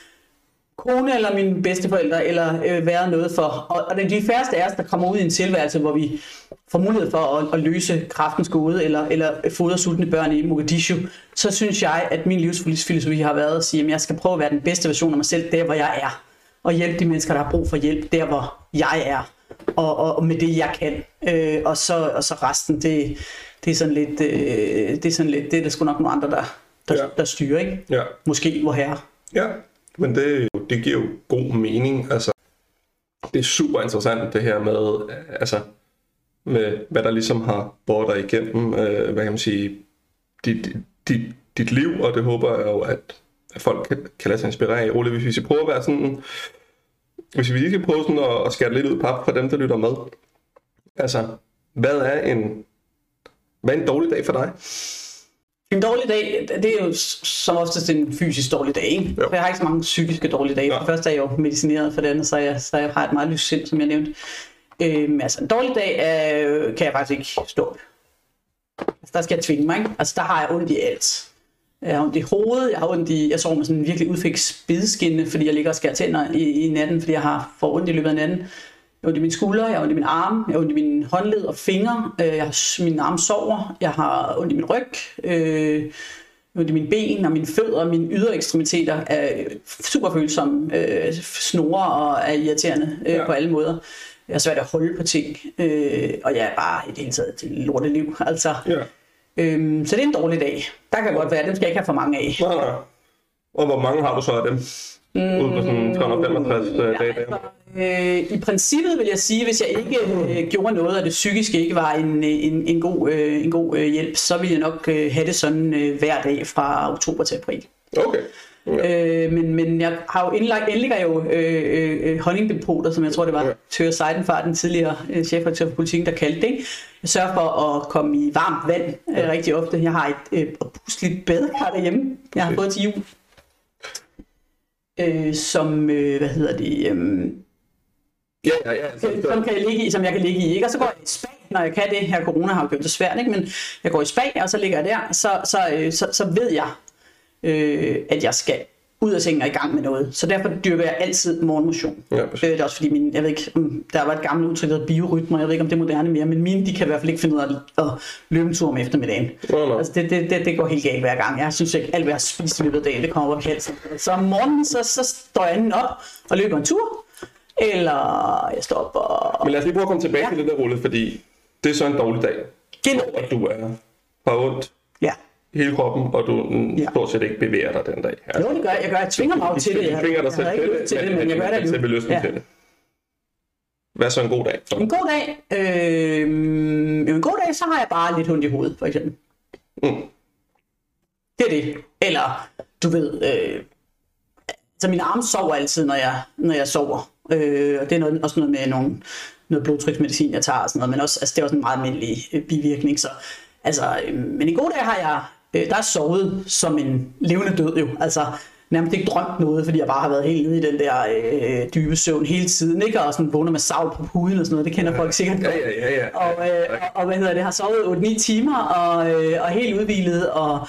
Speaker 2: kone eller mine bedsteforældre, eller øh, være noget for. Og, og det er de færreste af os, der kommer ud i en tilværelse, hvor vi får mulighed for at, at løse kraftens gåde, eller, eller fodre sultne børn i Mogadishu, så synes jeg, at min livsfilosofi har været at sige, at jeg skal prøve at være den bedste version af mig selv, der hvor jeg er, og hjælpe de mennesker, der har brug for hjælp, der hvor jeg er, og, og, og med det jeg kan. Øh, og, så, og så resten, det, det er sådan lidt, øh, det er sådan lidt, det er der sgu nok nogle andre, der, der, ja. der styrer, ikke?
Speaker 1: Ja.
Speaker 2: Måske hvor herre.
Speaker 1: Ja, men det, det giver jo god mening. Altså, det er super interessant det her med, altså, med hvad der ligesom har båret dig igennem, øh, hvad kan man sige, dit, dit, dit liv, og det håber jeg jo, at, at folk kan, kan lade sig inspirere af. Ole, hvis vi prøver at være sådan, hvis vi lige kan prøve sådan at, at skære lidt ud pap for dem, der lytter med. Altså, hvad er en, hvad er en dårlig dag for dig?
Speaker 2: En dårlig dag, det er jo som oftest en fysisk dårlig dag, ikke? For jeg har ikke så mange psykiske dårlige dage. For det første er jeg jo medicineret, for det andet så er jeg, så jeg har et meget lyst sind, som jeg nævnte. Øhm, altså en dårlig dag øh, kan jeg faktisk ikke stå op. Altså, der skal jeg tvinge mig, ikke? Altså der har jeg ondt i alt. Jeg har ondt i hovedet, jeg har ondt i, jeg sover med sådan en virkelig udfik spideskinne, fordi jeg ligger og skærer tænder i, i natten, fordi jeg har for ondt i løbet af natten. Jeg har ondt i mine skuldre, jeg har ondt i mine arme, jeg har ondt i mine håndled og fingre, jeg har mine arme sover, jeg har ondt i min ryg, øh, jeg har ondt i mine ben og mine fødder, mine ydre ekstremiteter er super følsomme, øh, snore og er irriterende øh, ja. På alle måder. Jeg er svært at holde på ting, øh, og jeg er bare i det hele taget til lorteliv, altså. Ja. Øhm, så det er en dårlig dag. Der kan godt være, dem skal jeg ikke have for mange af.
Speaker 1: Nej, nej. Og hvor mange har du så af dem? Mm, ud på sådan tre hundrede og femogtres øh, dage?
Speaker 2: Altså, øh, I princippet vil jeg sige, hvis jeg ikke øh, gjorde noget, og det psykiske ikke var en, en, en god, øh, en god øh, hjælp, så ville jeg nok øh, have det sådan øh, hver dag fra oktober til april.
Speaker 1: Okay. Ja.
Speaker 2: Øh, men, men jeg har jo indlagt, indlægger jo øh, øh, honningdepoter, som jeg tror det var ja. Tøre Seidenfart, den tidligere øh, chefredaktør for Politikken, der kaldte det. Ikke? Jeg sørger for at komme i varmt vand øh, ja. rigtig ofte. Jeg har et øh, opusligt badekar derhjemme, jeg har fået til jul. Øh, som, øh, hvad hedder det, øh,
Speaker 1: ja, ja, ja,
Speaker 2: som, som, kan jeg ligge i, som jeg kan ligge i, ikke? Og så går jeg i spa, når jeg kan det. Her corona har jo gjort det svært, ikke? Men jeg går i spa, og så ligger jeg der, så, så, øh, så, så ved jeg, øh, at jeg skal ud af sengen og i gang med noget. Så derfor dyrker jeg altid morgenmotion. Ja, øh, det er også fordi, min, jeg ved ikke, der var et gammelt udtryk, der hedder biorytmer, jeg ved ikke, om det er moderne mere, men mine, de kan i hvert fald ikke finde ud af at, at løbe en tur om eftermiddagen. Oh, no. Altså, det, det, det, det går helt galt hver gang. Jeg synes ikke, alt hvad jeg spiser i løbet af dagen, det kommer op på halsen. Så om morgenen, så, så står jeg enten op og løber en tur, eller jeg står op og...
Speaker 1: Men lad os lige prøve at komme tilbage ja. til det der, Rulle, fordi det er så en dårlig dag.
Speaker 2: Det er
Speaker 1: hvor du er har ondt.
Speaker 2: Ja.
Speaker 1: Hele kroppen, og du ja. stort set ikke bevæger dig den dag.
Speaker 2: Altså, jo, det gør jeg. Jeg gør. Jeg tvinger mig til det.
Speaker 1: Jeg, du tvinger dig selv til det,
Speaker 2: til det, men, men jeg gør det
Speaker 1: selv lysten ja. til det. Hvad er så en god dag? Så?
Speaker 2: En god dag? Øh, en god dag, så har jeg bare lidt ondt i hovedet, for eksempel. Mm. Det er det. Eller, du ved, øh, så mine arme sover altid, når jeg, når jeg sover. Øh, og det er noget, også noget med nogle, noget blodtryksmedicin, jeg tager og sådan noget, men også, altså, det er også en meget almindelig øh, bivirkning. Så, altså, øh, men en god dag har jeg, øh, der er sovet som en levende død jo. Altså, nærmest ikke drømt noget, fordi jeg bare har været helt nede i den der øh, dybe søvn hele tiden, ikke? Og sådan vågner med savl på huden og sådan noget, det kender folk sikkert godt.
Speaker 1: Ja, ja, ja, ja.
Speaker 2: Og, øh, og, og hvad hedder det, har sovet otte ni timer og, øh, og helt udhvilet og,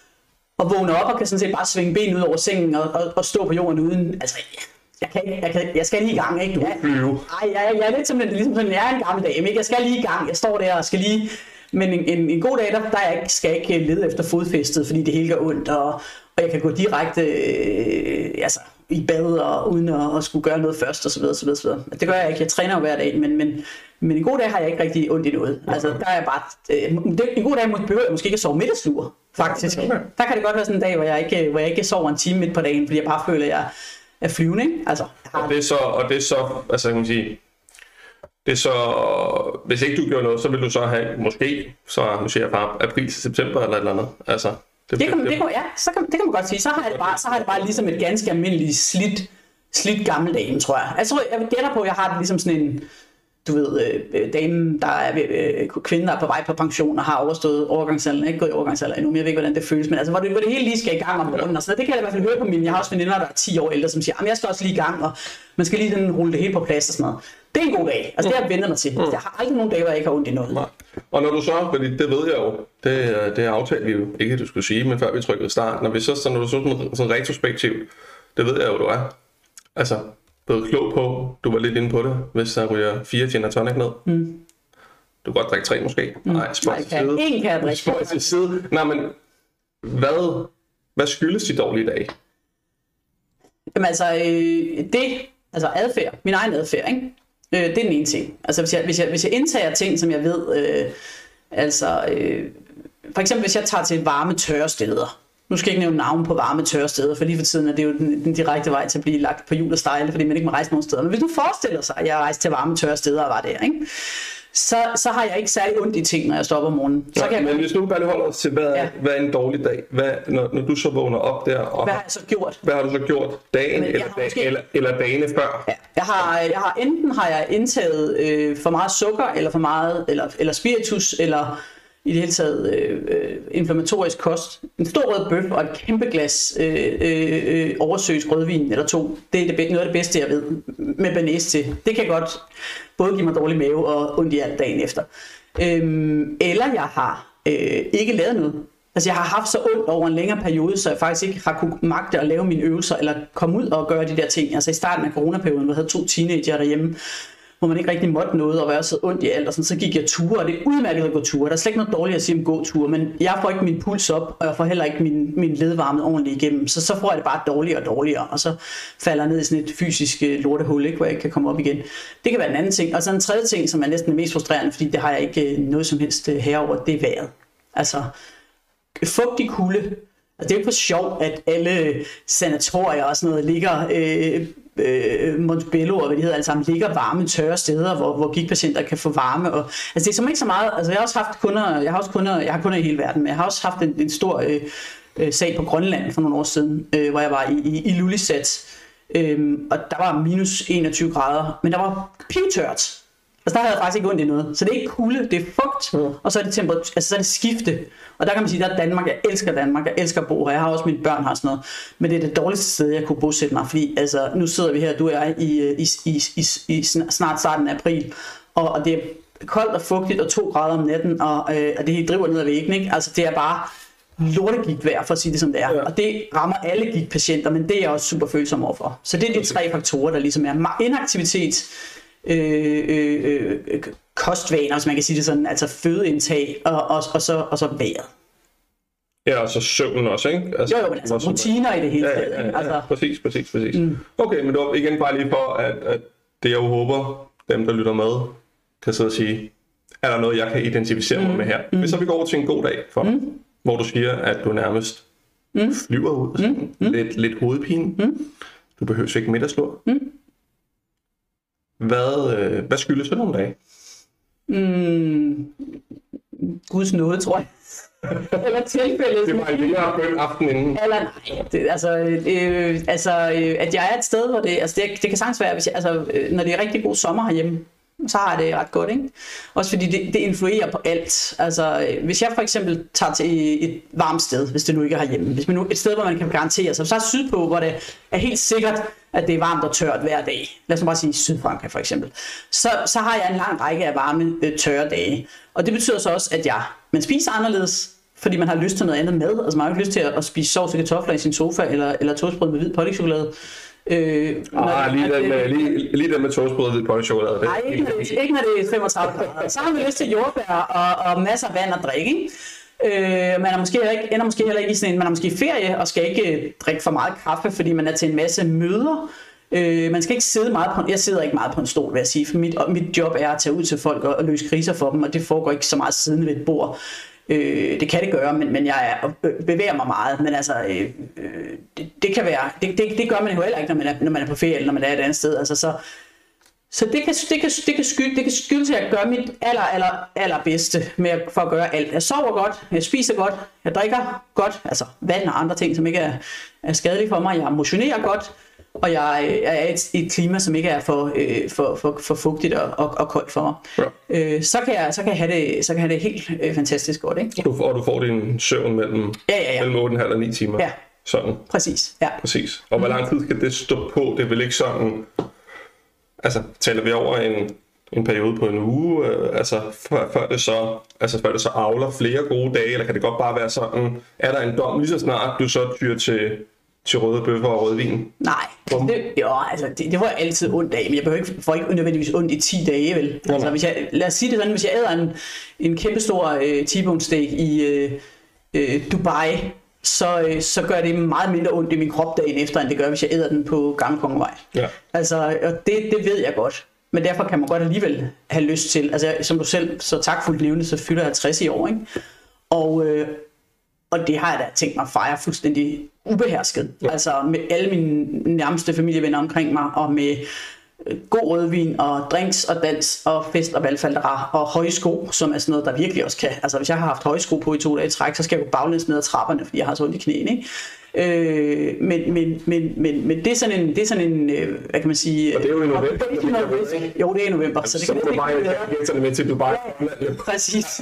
Speaker 2: og vågner op og kan sådan set bare svinge ben ud over sengen og, og, og stå på jorden uden, altså jeg, kan, jeg, kan, jeg skal lige i gang, ikke? Ja, ej, jeg, jeg er lidt som, ligesom sådan, jeg er en gammel dame, ikke? Jeg skal lige i gang, jeg står der og skal lige, men en, en, en god dag, der, der jeg ikke, skal jeg ikke lede efter fodfæstet, fordi det hele gør ondt, og, og jeg kan gå direkte øh, altså, i bad og uden at, at skulle gøre noget først, og så videre, så videre, så videre. Det gør jeg ikke, jeg træner jo hver dag, men, men, men en god dag har jeg ikke rigtig ondt i noget. Altså, der er jeg bare, øh, det, en god dag behøver jeg måske ikke at sove middagslur, faktisk. Okay. Der kan det godt være sådan en dag, hvor jeg ikke, hvor jeg ikke sover en time midt på dagen, fordi jeg bare føler, at jeg er flyvende, ikke? Altså, har...
Speaker 1: og det er så, og det er så, altså kan man sige, det er så, hvis ikke du gjorde noget, så vil du så have, måske, så måske fra april til september eller et eller andet, altså.
Speaker 2: Det, det, kan, det, kan, ja, så kan, det kan man godt sige. Så har jeg det bare, så har jeg det bare ligesom et ganske almindeligt slidt, slidt gammel dame, tror jeg. Altså, jeg gætter på, at jeg har det ligesom sådan en, du ved, øh, dame, der er øh, kvinde, der er på vej på pension og har overstået overgangsalderen, ikke gået i overgangsalderen endnu, men jeg ved ikke, hvordan det føles, men altså, hvor det, hvor det hele lige skal i gang om morgenen og sådan noget. Det kan jeg i hvert fald høre på mine, jeg har også veninder, der er ti år ældre, som siger, jeg skal også lige i gang, og man skal lige den, rulle det hele på plads og sådan noget. Det er en god dag, altså det har jeg vendt mig til. Mm. Jeg har aldrig nogen dage, hvor jeg ikke har ondt i noget. Nej.
Speaker 1: Og når du så, fordi det ved jeg jo, det, det aftalte vi jo ikke, at du skulle sige, men før vi trykkede start, når vi så, så når du så sådan, sådan retrospektiv, det ved jeg jo, du er. Altså, blevet klog på, du var lidt inde på det, hvis der ryger fire gin og tonic ned. Mm. Du kan godt drikke tre måske. Mm. Nej, spøj til side.
Speaker 2: En kan jeg drikke.
Speaker 1: Spøj til side. Nej, men hvad, hvad skyldes de dårlige dage?
Speaker 2: Jamen altså, øh, det, altså adfærd, min egen adfærd, ikke? Øh, det er den ene ting. Altså hvis jeg, hvis jeg, hvis jeg indtager ting, som jeg ved, øh, altså øh, for eksempel hvis jeg tager til varme tørre steder. Nu skal jeg ikke nævne navn på varme tørre steder, for lige for tiden er det jo den, den direkte vej til at blive lagt på hjul og stejle, fordi man ikke må rejse nogen steder. Men hvis du forestiller sig, at jeg rejser til varme tørre steder og var der, ikke? Så, så har jeg ikke særlig ondt i ting, når jeg stopper om morgenen. Så
Speaker 1: ja,
Speaker 2: kan
Speaker 1: men
Speaker 2: jeg...
Speaker 1: hvis nu bare holder os til, hvad, ja. hvad er en dårlig dag? Hvad, når, når du så vågner op der, og
Speaker 2: hvad har jeg så gjort?
Speaker 1: Hvad har du så gjort? Dagen eller, dag, måske... eller, eller dagene før?
Speaker 2: Ja. Jeg har, jeg har enten har jeg indtaget øh, for meget sukker, eller for meget, eller, eller spiritus, eller i det hele taget øh, øh, inflammatorisk kost. En stor rød bøf og et kæmpe glas øh, øh, oversøisk rødvin eller to. Det er det, noget af det bedste, jeg ved, med banæs til. Det kan godt både give mig dårlig mave og ondt i alt dagen efter. Øhm, eller jeg har øh, ikke lavet noget. Altså jeg har haft så ondt over en længere periode, så jeg faktisk ikke har kunnet magte at lave mine øvelser, eller komme ud og gøre de der ting. Altså i starten af coronaperioden, hvor jeg havde to teenager derhjemme, hvor man ikke rigtig måtte noget og være så ondt i alt, og sådan, så gik jeg ture, og det er udmærket at gå ture. Der er slet ikke noget dårligt at sige om gåture, men jeg får ikke min puls op, og jeg får heller ikke min, min ledvarme ordentligt igennem, så så får jeg det bare dårligere og dårligere, og så falder jeg ned i sådan et fysisk lortehul, ikke, hvor jeg ikke kan komme op igen. Det kan være en anden ting. Og så en tredje ting, som er næsten mest frustrerende, fordi det har jeg ikke noget som helst herover, det er vejret. Altså, fugtig kulde det er jo ikke for sjov, at alle sanatorier og sådan noget ligger, øh, øh, Montebello og hvad det hedder, alle sammen, ligger varme, tørre steder, hvor, hvor gigtpatienter kan få varme. Og, altså det er simpelthen ikke så meget, altså jeg har også haft kunder, jeg har også kunder, jeg har kunder i hele verden, men jeg har også haft en, en stor øh, øh, sag på Grønland for nogle år siden, øh, hvor jeg var i, i, i Ilulissat, øh, og der var minus enogtyve grader, men der var pivtørt. Altså der havde jeg faktisk ikke ondt i noget. Så det er ikke kulde, det er fugt, mm. og så er det temperatur, altså så er det skifte. Og der kan man sige, der er Danmark, jeg elsker Danmark, jeg elsker at bo her, jeg har også mine børn her og sådan noget. Men det er det dårligste sted, jeg kunne bosætte mig, fordi altså nu sidder vi her, du og jeg, i, i, i, i, i snart starten af april, og, og det er koldt og fugtigt og to grader om natten, og, øh, og det hele driver ned ad væggen, ikke? Altså det er bare lortegigtvejr, for at sige det som det er. Ja. Og det rammer alle gigtpatienter, men det er jeg også super følsom overfor. Så det er de tre faktorer, der ligesom er inaktivitet, Øh, øh, øh, kostvaner, hvis man kan sige det sådan, altså fødeindtag, og, og, og, så, og så vejret.
Speaker 1: Ja, og så søvn også, ikke?
Speaker 2: Altså, jo, jo, men altså rutiner i det hele taget.
Speaker 1: Ja, ja, ja, ja.
Speaker 2: Altså,
Speaker 1: præcis, præcis, præcis. Mm. Okay, men det var igen bare lige for, at, at det jeg jo håber, dem der lytter med, kan sidde og sige, er der noget, jeg kan identificere mig mm. med her? Mm. Hvis så vi går over til en god dag for dig, mm. hvor du siger, at du nærmest mm. flyver ud, mm. lidt, lidt hovedpine, mm. du behøver ikke middagslur. Mm. Hvad, øh, hvad skyldes det nogle dage? Mm,
Speaker 2: Guds nåde, tror jeg. Eller tilfældet.
Speaker 1: Det var en længere bøn aften inden.
Speaker 2: Eller nej, det, altså, øh, altså øh, at jeg er et sted, hvor det, altså det, det kan sagtens være, hvis jeg, altså, øh, når det er rigtig god sommer herhjemme, så har jeg det ret godt, ikke? Også fordi det, det influerer på alt. Altså, øh, hvis jeg for eksempel tager til et varmt sted, hvis det nu ikke er herhjemme, hvis man nu, et sted, hvor man kan garantere sig, så er sydpå, hvor det er helt sikkert, at det er varmt og tørt hver dag. Lad os bare sige Sydfrankrig for eksempel. Så, så har jeg en lang række af varme, øh, tørre dage. Og det betyder så også, at jeg, man spiser anderledes, fordi man har lyst til noget andet mad. Altså man har ikke lyst til at, at spise sovs og kartofler i sin sofa, eller, eller toastbrød med hvid pålægchokolade. Øh,
Speaker 1: ah, lige, den med, lige, lige den med toastbrød og hvid pålægchokolade.
Speaker 2: Nej, ikke, ikke når det er femogtredive grader. Så har man lyst til jordbær og, og masser af vand og drikke, ikke? Øh, man er måske heller ikke, ender måske heller ikke i sådan en, man er måske i ferie og skal ikke drikke for meget kaffe, fordi man er til en masse møder. Øh, man skal ikke sidde meget på, jeg sidder ikke meget på en stol, vil jeg sige, for mit, mit job er at tage ud til folk og, og løse kriser for dem, og det foregår ikke så meget siddende ved et bord. Øh, det kan det gøre, men, men jeg er, øh, bevæger mig meget, men altså, øh, det, det kan være, det, det, det gør man jo heller ikke, når man er, når man er på ferie, eller når man er et andet sted, altså så, så det kan, det kan, det kan skylde, det kan skylde til at gøre mit aller, aller, allerbedste med at, for at gøre alt. Jeg sover godt, jeg spiser godt, jeg drikker godt, altså vand og andre ting, som ikke er, er skadelige for mig, jeg motionerer godt, og jeg er i et, et klima, som ikke er for, øh, for, for, for fugtigt og, og, og koldt for mig. Ja. Øh, så, kan jeg, så, kan jeg have det, så kan jeg have det helt øh, fantastisk godt. Ikke?
Speaker 1: Du, og du får din søvn mellem,
Speaker 2: ja, ja, ja.
Speaker 1: mellem otte komma fem og ni timer.
Speaker 2: Ja,
Speaker 1: sådan.
Speaker 2: Præcis. Ja.
Speaker 1: Præcis. Og hvor lang tid skal det stå på? Det er vel ikke sådan... Altså, taler vi over en, en periode på en uge, øh, altså før, før, det så, altså før det så avler flere gode dage, eller kan det godt bare være sådan, er der en dom lige så snart, du så tyr til, til røde bøffer og rødvin?
Speaker 2: Nej, det, jo, altså, det, det får jeg altid ondt af, men jeg behøver ikke, får ikke nødvendigvis ondt i ti dage, vel? Ja, altså, hvis jeg, lad os sige det sådan, hvis jeg æder en, en kæmpestor øh, T-bone steak i øh, øh, Dubai, Så, øh, så gør det meget mindre ondt i min krop dagen efter, end det gør, hvis jeg æder den på Gamle Kongevej. Ja. Altså, og det, det ved jeg godt. Men derfor kan man godt alligevel have lyst til, altså som du selv så takfuldt nævnte, så fylder jeg tres i år, ikke? Og, øh, og det har jeg da tænkt mig at fejre fuldstændig ubehersket. Ja. Altså med alle mine nærmeste familievenner omkring mig, og med god rødvin og drinks og dans og fest og valgfaldera og høje sko, som er sådan noget, der virkelig også kan. Altså hvis jeg har haft høje sko på i to dage i træk, så skal jeg gå baglæns ned ad trapperne, fordi jeg har så ondt i knæene, ikke? Øh, men, men, men, men, men det er sådan en, det er sådan en, øh, hvad kan man sige...
Speaker 1: Og det er jo i november.
Speaker 2: Jo, det er i november. Så det
Speaker 1: så kan det ikke være med til Dubai.
Speaker 2: Ja, præcis.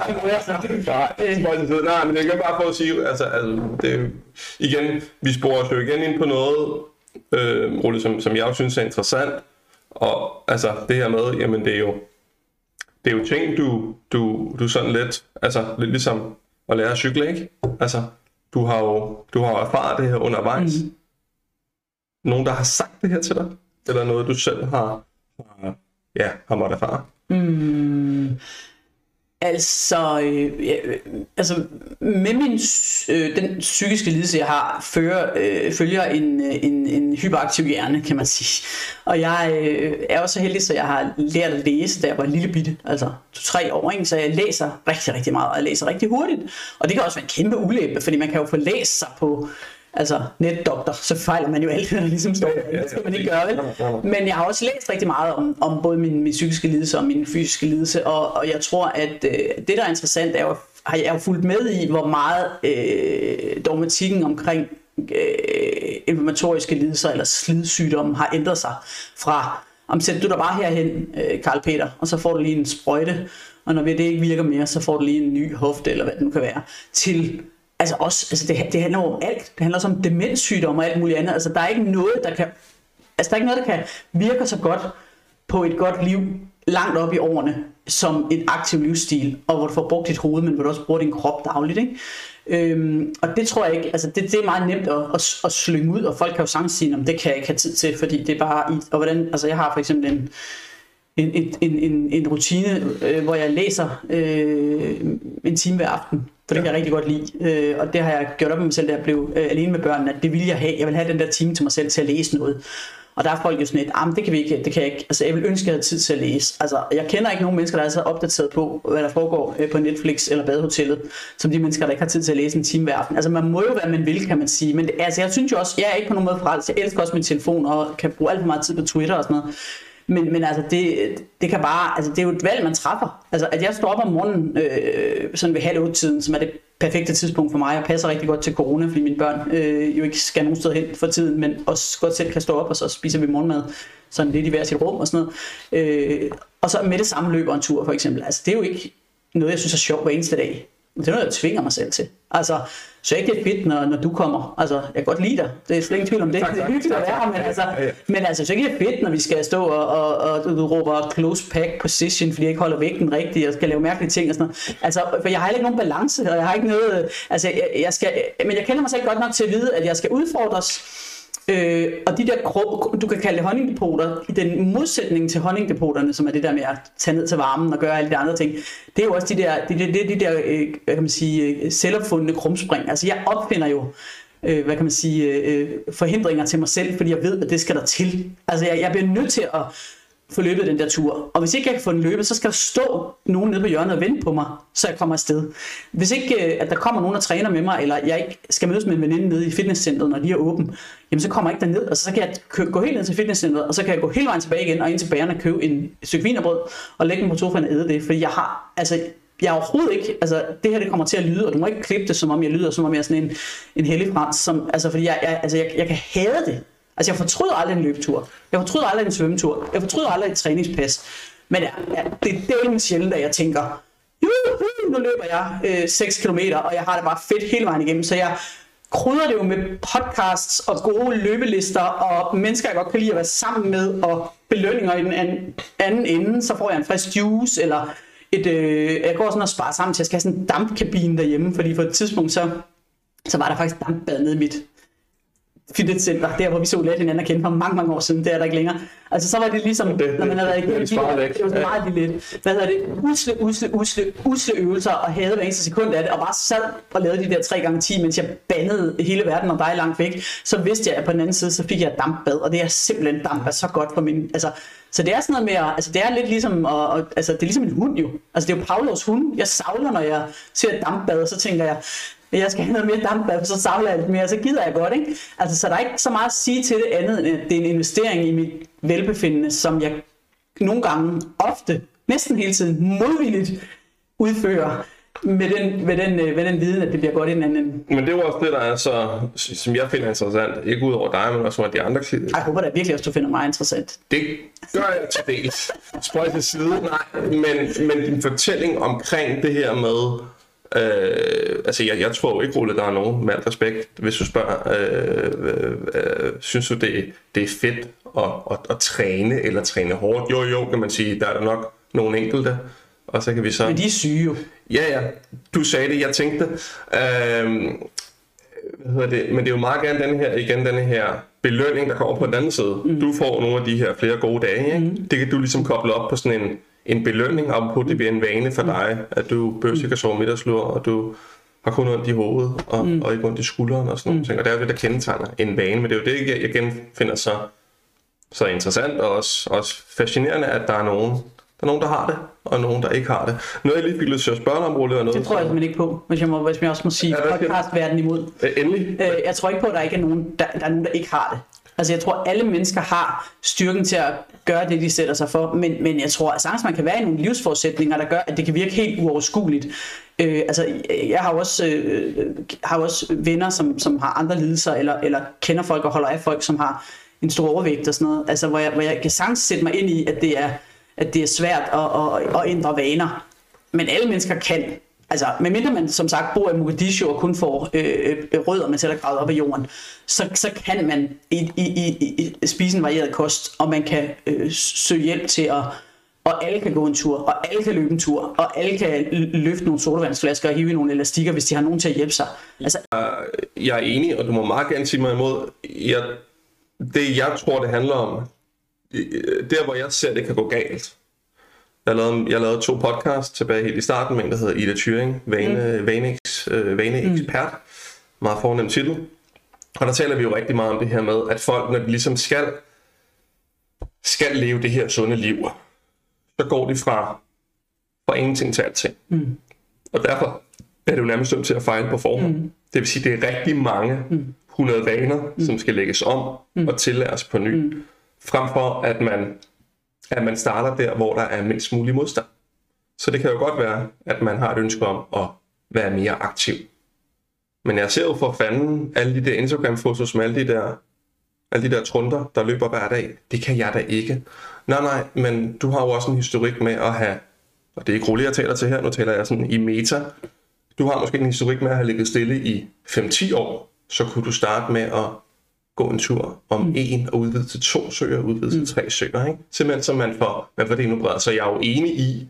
Speaker 1: Nej, men jeg kan bare få at sige, altså, altså det, igen, vi sporer os jo igen ind på noget, øh, Rulle, som, som jeg også synes er interessant. Og altså det her med, jamen det er jo, det er jo ting, du, du, du sådan lidt, altså lidt ligesom at lære at cykle, ikke? Altså, du har jo, du har erfaret det her undervejs. Mm. Nogen, der har sagt det her til dig? Eller noget, du selv har, har ja, har måttet erfare?
Speaker 2: Mm. Altså, øh, øh, altså med min, øh, den psykiske lidelse, jeg har, fører, øh, følger en, en, en hyperaktiv hjerne, kan man sige. Og jeg øh, er også så heldig, så jeg har lært at læse, da jeg var lille bitte, altså to-tre år, ikke? Så jeg læser rigtig, rigtig meget, og jeg læser rigtig hurtigt. Og det kan også være en kæmpe ulempe, fordi man kan jo få læst sig på altså netdoktor, så fejler man jo alt, der ligesom står. Det skal man ikke gøre, vel? Men jeg har også læst rigtig meget om, om både min, min psykiske lidelse og min fysiske lidelse, og, og jeg tror, at øh, det, der er interessant, er jo, har jeg jo fulgt med i, hvor meget øh, dogmatikken omkring øh, inflammatoriske lidelser eller slidsygdomme har ændret sig fra, om sætter du dig bare herhen, øh, Karl Peter, og så får du lige en sprøjte, og når det ikke virker mere, så får du lige en ny hofte, eller hvad det nu kan være, til altså også, altså det, det handler om alt. Det handler også om demenssygdomme og alt muligt andet. Altså der er ikke noget, der kan, altså der er ikke noget, der kan virke så godt på et godt liv langt op i årene som et aktiv livsstil, og hvor du får brugt dit hoved, men hvor du også bruger din krop dagligt, ikke? Øhm, og det tror jeg ikke, altså det, det er meget nemt at, at, at slynge ud, og folk kan jo sagtens sige, om det kan jeg ikke have tid til, fordi det er bare, i, og hvordan, altså jeg har for eksempel en En, en, en, en rutine, øh, hvor jeg læser øh, en time hver aften, for det kan jeg rigtig godt lide, øh, og det har jeg gjort op med mig selv, da jeg blev øh, alene med børnene, at det vil jeg have, jeg vil have den der time til mig selv til at læse noget, og der er folk jo sådan et, ah, det kan vi ikke, det kan jeg ikke, altså jeg vil ønske, at jeg havde tid til at læse, altså jeg kender ikke nogen mennesker, der er så opdateret på, hvad der foregår øh, på Netflix eller Badehotellet, som de mennesker, der ikke har tid til at læse en time hver aften, altså man må jo hvad man vil, kan man sige, men det, altså jeg synes jo også, jeg er ikke på nogen måde frelst, jeg elsker også min telefon, og kan bruge alt for meget tid på Twitter og sådan noget. Men, men altså, det, det kan bare, altså det er jo et valg, man træffer. Altså, at jeg står op om morgenen, øh, sådan ved halv otte-tiden, som er det perfekte tidspunkt for mig. Jeg passer rigtig godt til corona, fordi mine børn øh, jo ikke skal nogen sted hen for tiden, men også godt selv kan stå op, og så spiser vi morgenmad sådan lidt i hver sit rum og sådan noget. Øh, og så med det samme løber en tur, for eksempel. Altså, det er jo ikke noget, jeg synes er sjovt hver eneste dag. Det er noget, jeg tvinger mig selv til. Altså, så er ikke det fedt, når, når du kommer. Altså, jeg kan godt lide dig. Det er slet ikke tvivl om det. Tak, tak, det er hyggeligt at være her, men altså, men altså, så er ikke det fedt, når vi skal stå og, og, og du, du råber close pack position, fordi jeg ikke holder vægten rigtigt, og skal lave mærkelige ting og sådan noget. Altså, for jeg har ikke nogen balance, og jeg har ikke noget, altså, jeg, jeg skal, men jeg kender mig selv godt nok til at vide, at jeg skal udfordres. Øh, og de der krop, du kan kalde det honningdepoter, i den modsætning til honningdepoterne, som er det der med at tage ned til varmen og gøre alle de andre ting, det er jo også de der, de, de, de, de der øh, hvad kan man sige, selvopfundne krumspring. Altså jeg opfinder jo, øh, hvad kan man sige, øh, forhindringer til mig selv, fordi jeg ved, at det skal der til. Altså jeg, jeg bliver nødt til at få løbet den der tur. Og hvis ikke jeg kan få den løbet, så skal der stå nogen nede på hjørnet og vente på mig, så jeg kommer afsted. Hvis ikke at der kommer nogen og træner med mig, eller jeg ikke skal mødes med en veninde nede i fitnesscenteret, når de er åbne, jamen så kommer jeg ikke derned, og så kan jeg kø- gå helt ned til fitnesscenteret, og så kan jeg gå hele vejen tilbage igen, og ind til bageren og købe en stykke wienerbrød, og lægge den på sofaen og æde det, fordi jeg har, altså, jeg er overhovedet ikke, altså det her det kommer til at lyde, og du må ikke klippe det, som om jeg lyder, som om jeg er sådan en, en hellig frans, som, altså fordi jeg, jeg, altså, jeg, jeg kan hade det. Altså jeg fortryder aldrig en løbetur, jeg fortryder aldrig en svømmetur, jeg fortryder aldrig et træningspas. Men ja, ja, det, det er jo ikke sjældent, at jeg tænker, juhu, nu løber jeg øh, seks kilometer, og jeg har det bare fedt hele vejen igennem. Så jeg krydder det jo med podcasts og gode løbelister, og mennesker, jeg godt kan lide at være sammen med, og belønninger i den anden, anden ende. Så får jeg en frisk juice, eller et, øh, jeg går sådan og sparer sammen til, at jeg skal have sådan en dampkabine derhjemme, fordi på et tidspunkt, så, så var der faktisk dampbad nede i mit fitnesscenter, der hvor vi så lidt hinanden og kendte for mange, mange år siden, det er der ikke længere. Altså så var det ligesom, det, når man havde været igennem, det, det var så meget lidt, hvad hedder det, usle, usle, usle, usle øvelser, og havde hver eneste sekund af det, og bare sad og lavede de der tre gange ti, mens jeg bandede hele verden og dig langt væk, så vidste jeg, at på den anden side, så fik jeg dampbad, og det er simpelthen damp er så godt for min, altså, så det er sådan noget med, altså det er lidt ligesom, og, og, altså det er ligesom en hund jo, altså det er jo Pavlovs hund, jeg savler, når jeg ser et dampbad, og så tænker jeg, jeg skal have noget mere dampbad, så savler jeg lidt mere, så gider jeg godt, ikke? Altså, så der er ikke så meget at sige til det andet, end at det er en investering i mit velbefindende, som jeg nogle gange, ofte, næsten hele tiden, modvilligt udfører med den, med den, med den viden, at det bliver godt i den anden.
Speaker 1: Men det er jo også det, der er så, som jeg finder interessant, ikke ud over dig, men også over de andre klienter.
Speaker 2: Jeg håber da virkelig også, du finder mig interessant.
Speaker 1: Det gør jeg til dels. Spøj til side, nej, men, men din fortælling omkring det her med, Øh, altså jeg, jeg tror jo ikke, Rulle, der er nogen, med al respekt, hvis du spørger, øh, øh, øh, synes du det, det er fedt at, at, at træne eller træne hårdt? Jo jo, kan man sige, der er der nok nogle enkelte, og så kan vi så...
Speaker 2: Men de er syge jo.
Speaker 1: Ja ja, du sagde det, jeg tænkte øh, hvad hedder det, men det er jo meget gerne den her, igen denne her belønning, der kommer på den anden side. Mm. Du får nogle af de her flere gode dage, ikke? Mm. Det kan du ligesom koble op på sådan en en belønning, og på det bliver en vane for dig, at du behøver ikke at sove middagslur, og du har kun ondt i hovedet, og, mm. og ikke ondt i skulderen og sådan nogle mm. ting. Og det er jo det, der kendetegner en vane, men det er jo det, jeg genfinder så, så interessant og også, også fascinerende, at der er nogen, der er nogen, der har det, og nogen, der ikke har det. Noget, jeg lige fik lyst til at spørge dig om, Ole, og noget...
Speaker 2: Det tror jeg simpelthen ikke på, hvis jeg, må, hvis jeg også må sige ja, podcast-verden imod.
Speaker 1: Æ, endelig?
Speaker 2: Øh, jeg tror ikke på, at der ikke er nogen, der, der er nogen, der ikke har det. Altså, jeg tror, alle mennesker har styrken til at gøre det, de sætter sig for, men, men jeg tror, at sagtens man kan være i nogle livsforudsætninger, der gør, at det kan virke helt uoverskueligt. Øh, altså, jeg har også, øh, har også venner, som, som har andre lidelser, eller, eller kender folk og holder af folk, som har en stor overvægt og sådan noget. Altså, hvor jeg, hvor jeg kan sagtens sætte mig ind i, at det er, at det er svært at, at, at ændre vaner. Men alle mennesker kan. Altså, medmindre man som sagt bor i Mogadishu og kun får øh, rødder, man selv har gravet op af jorden, så, så kan man i, i, i, i spise en varieret kost, og man kan øh, søge hjælp til at, og alle kan gå en tur, og alle kan løbe en tur, og alle kan løfte nogle sodavandsflasker og hive i nogle elastikker, hvis de har nogen til at hjælpe sig. Altså...
Speaker 1: Jeg er enig, og du må meget gerne sige mig imod. Jeg, det jeg tror, det handler om, der hvor jeg ser, det kan gå galt. Jeg lavede, jeg lavede to podcasts tilbage helt i starten med en, der hedder Ida Thyring, vane, mm. vaneeks, øh, vaneekspert, mm. meget fornemt titel. Og der taler vi jo rigtig meget om det her med, at folk, når de ligesom skal, skal leve det her sunde liv, så går de fra, fra ingenting til alting. Mm. Og derfor er det jo nærmest dømt til at fejle på forhånd. Mm. Det vil sige, at det er rigtig mange mm. hundrede vaner, mm. som skal lægges om mm. og tillæres på ny, mm. frem for at man... at man starter der, hvor der er mindst mulig modstand. Så det kan jo godt være, at man har et ønske om at være mere aktiv. Men jeg ser jo for fanden alle de der Instagram-fotos med alle de der, alle de der trunder, der løber hver dag. Det kan jeg da ikke. Nej, nej, men du har jo også en historik med at have, og det er ikke roligt, jeg taler til her, nu taler jeg sådan i meta. Du har måske en historik med at have ligget stille i fem til ti år, så kunne du starte med at gå en tur om mm. en og udvide til to søer, udvide til mm. tre søer, ikke? Simpelthen så man får, man får det endnu bredere. Så jeg er jo enig i,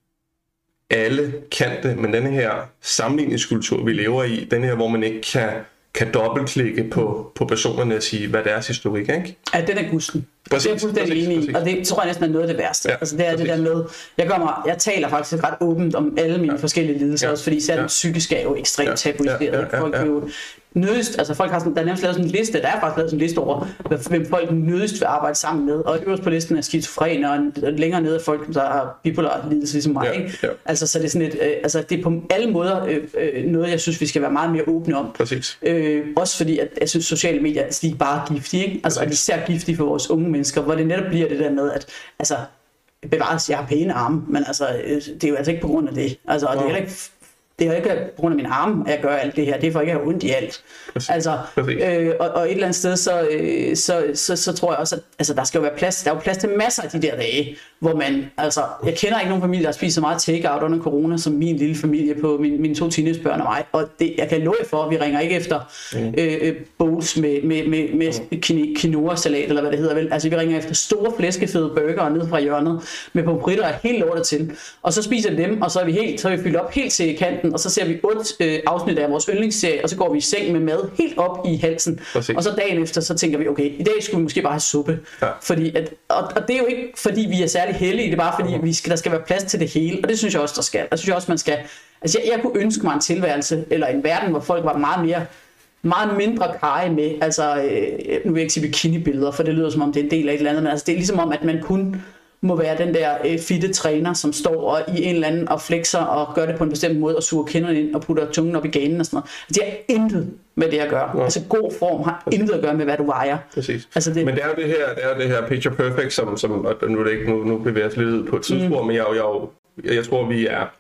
Speaker 1: alle kan det, men denne her sammenligningskultur, vi lever i, den her, hvor man ikke kan, kan dobbeltklikke på, på personerne og sige, hvad deres historik er, ikke?
Speaker 2: Ja, den er gusten. Præcis, det er jeg fuldstændig enig i, og det tror jeg næsten er noget af det værste. Ja, altså det er præcis. Det der med, jeg, kommer, jeg taler faktisk ret åbent om alle mine ja. forskellige lidelser, ja. også fordi især ja. den psykiske er jo ekstremt ja. tabuiseret. Ja. Ja. Ja. Ja. Folk ja. jo nødigst, altså folk har sådan, der er nærmest lavet sådan en liste, der er faktisk lavet sådan en liste over, hvem folk nødigst vil arbejde sammen med, og øverst på listen er skizofren, og længere nede er folk, der har bipolar lidelse ligesom mig, ja, ikke? Ja. Altså så det er sådan et, øh, altså det er på alle måder øh, øh, noget, jeg synes, vi skal være meget mere åbne om.
Speaker 1: Præcis.
Speaker 2: Øh, også fordi, at jeg synes, sociale medier, altså, de er bare giftige, ikke? Altså, og de er især giftige for vores unge mennesker, hvor det netop bliver det der med, at altså, bevares, jeg har pæne arme, men altså, det er jo altså ikke på grund af det. Altså, og det er heller ikke Det er ikke på grund af min arme, at jeg gør alt det her. Det er for ikke at have ondt i alt. Præcis. Altså, øh, og, og et eller andet sted, så, øh, så, så, så tror jeg også, at altså, der skal jo være plads. Der er jo plads til masser af de der dage, hvor man, altså, jeg kender ikke nogen familie, der spiser meget take-out under corona, som min lille familie på min, mine to teenagebørn og mig. Og det, jeg kan love for, at vi ringer ikke efter mm. øh, bowls med, med, med, med mm. quinoa-salat, eller hvad det hedder vel. Altså, vi ringer efter store flæskefede burger ned fra hjørnet, med pomfritter og helt lortet til. Og så spiser vi dem, og så er vi helt, så er vi fyldt op helt til kanten, og så ser vi otte øh, afsnit af vores yndlingsserie, og så går vi i seng med mad helt op i halsen. Præcis. Og så dagen efter, så tænker vi, okay, i dag skulle vi måske bare have suppe. Ja. Fordi at, og, og det er jo ikke, fordi vi er særlig heldige, det er bare fordi, vi skal, der skal være plads til det hele, og det synes jeg også, der skal. Der synes jeg også, man skal. Altså, jeg, jeg kunne ønske mig en tilværelse, eller en verden, hvor folk var meget mere, meget mindre karige med, altså, øh, nu vil jeg ikke sige bikini-billeder, for det lyder som om det er en del af et eller andet, men altså, det er ligesom om, at man kun må være den der øh, fitte træner, som står og, i en eller anden og flexer og gør det på en bestemt måde og suger kinderne ind og putter tungen op i ganen og sådan noget. Altså, det har intet med det at gøre. Ja. Altså god form har Præcis. intet at gøre med, hvad du vejer.
Speaker 1: Præcis. Altså, det... Men det er jo det her, det er det her picture perfect, som, som og nu, er det ikke, nu, nu bevæger jeg lidt ud på et tidsspor, mm. men jeg, jeg, jeg, jeg tror, vi er...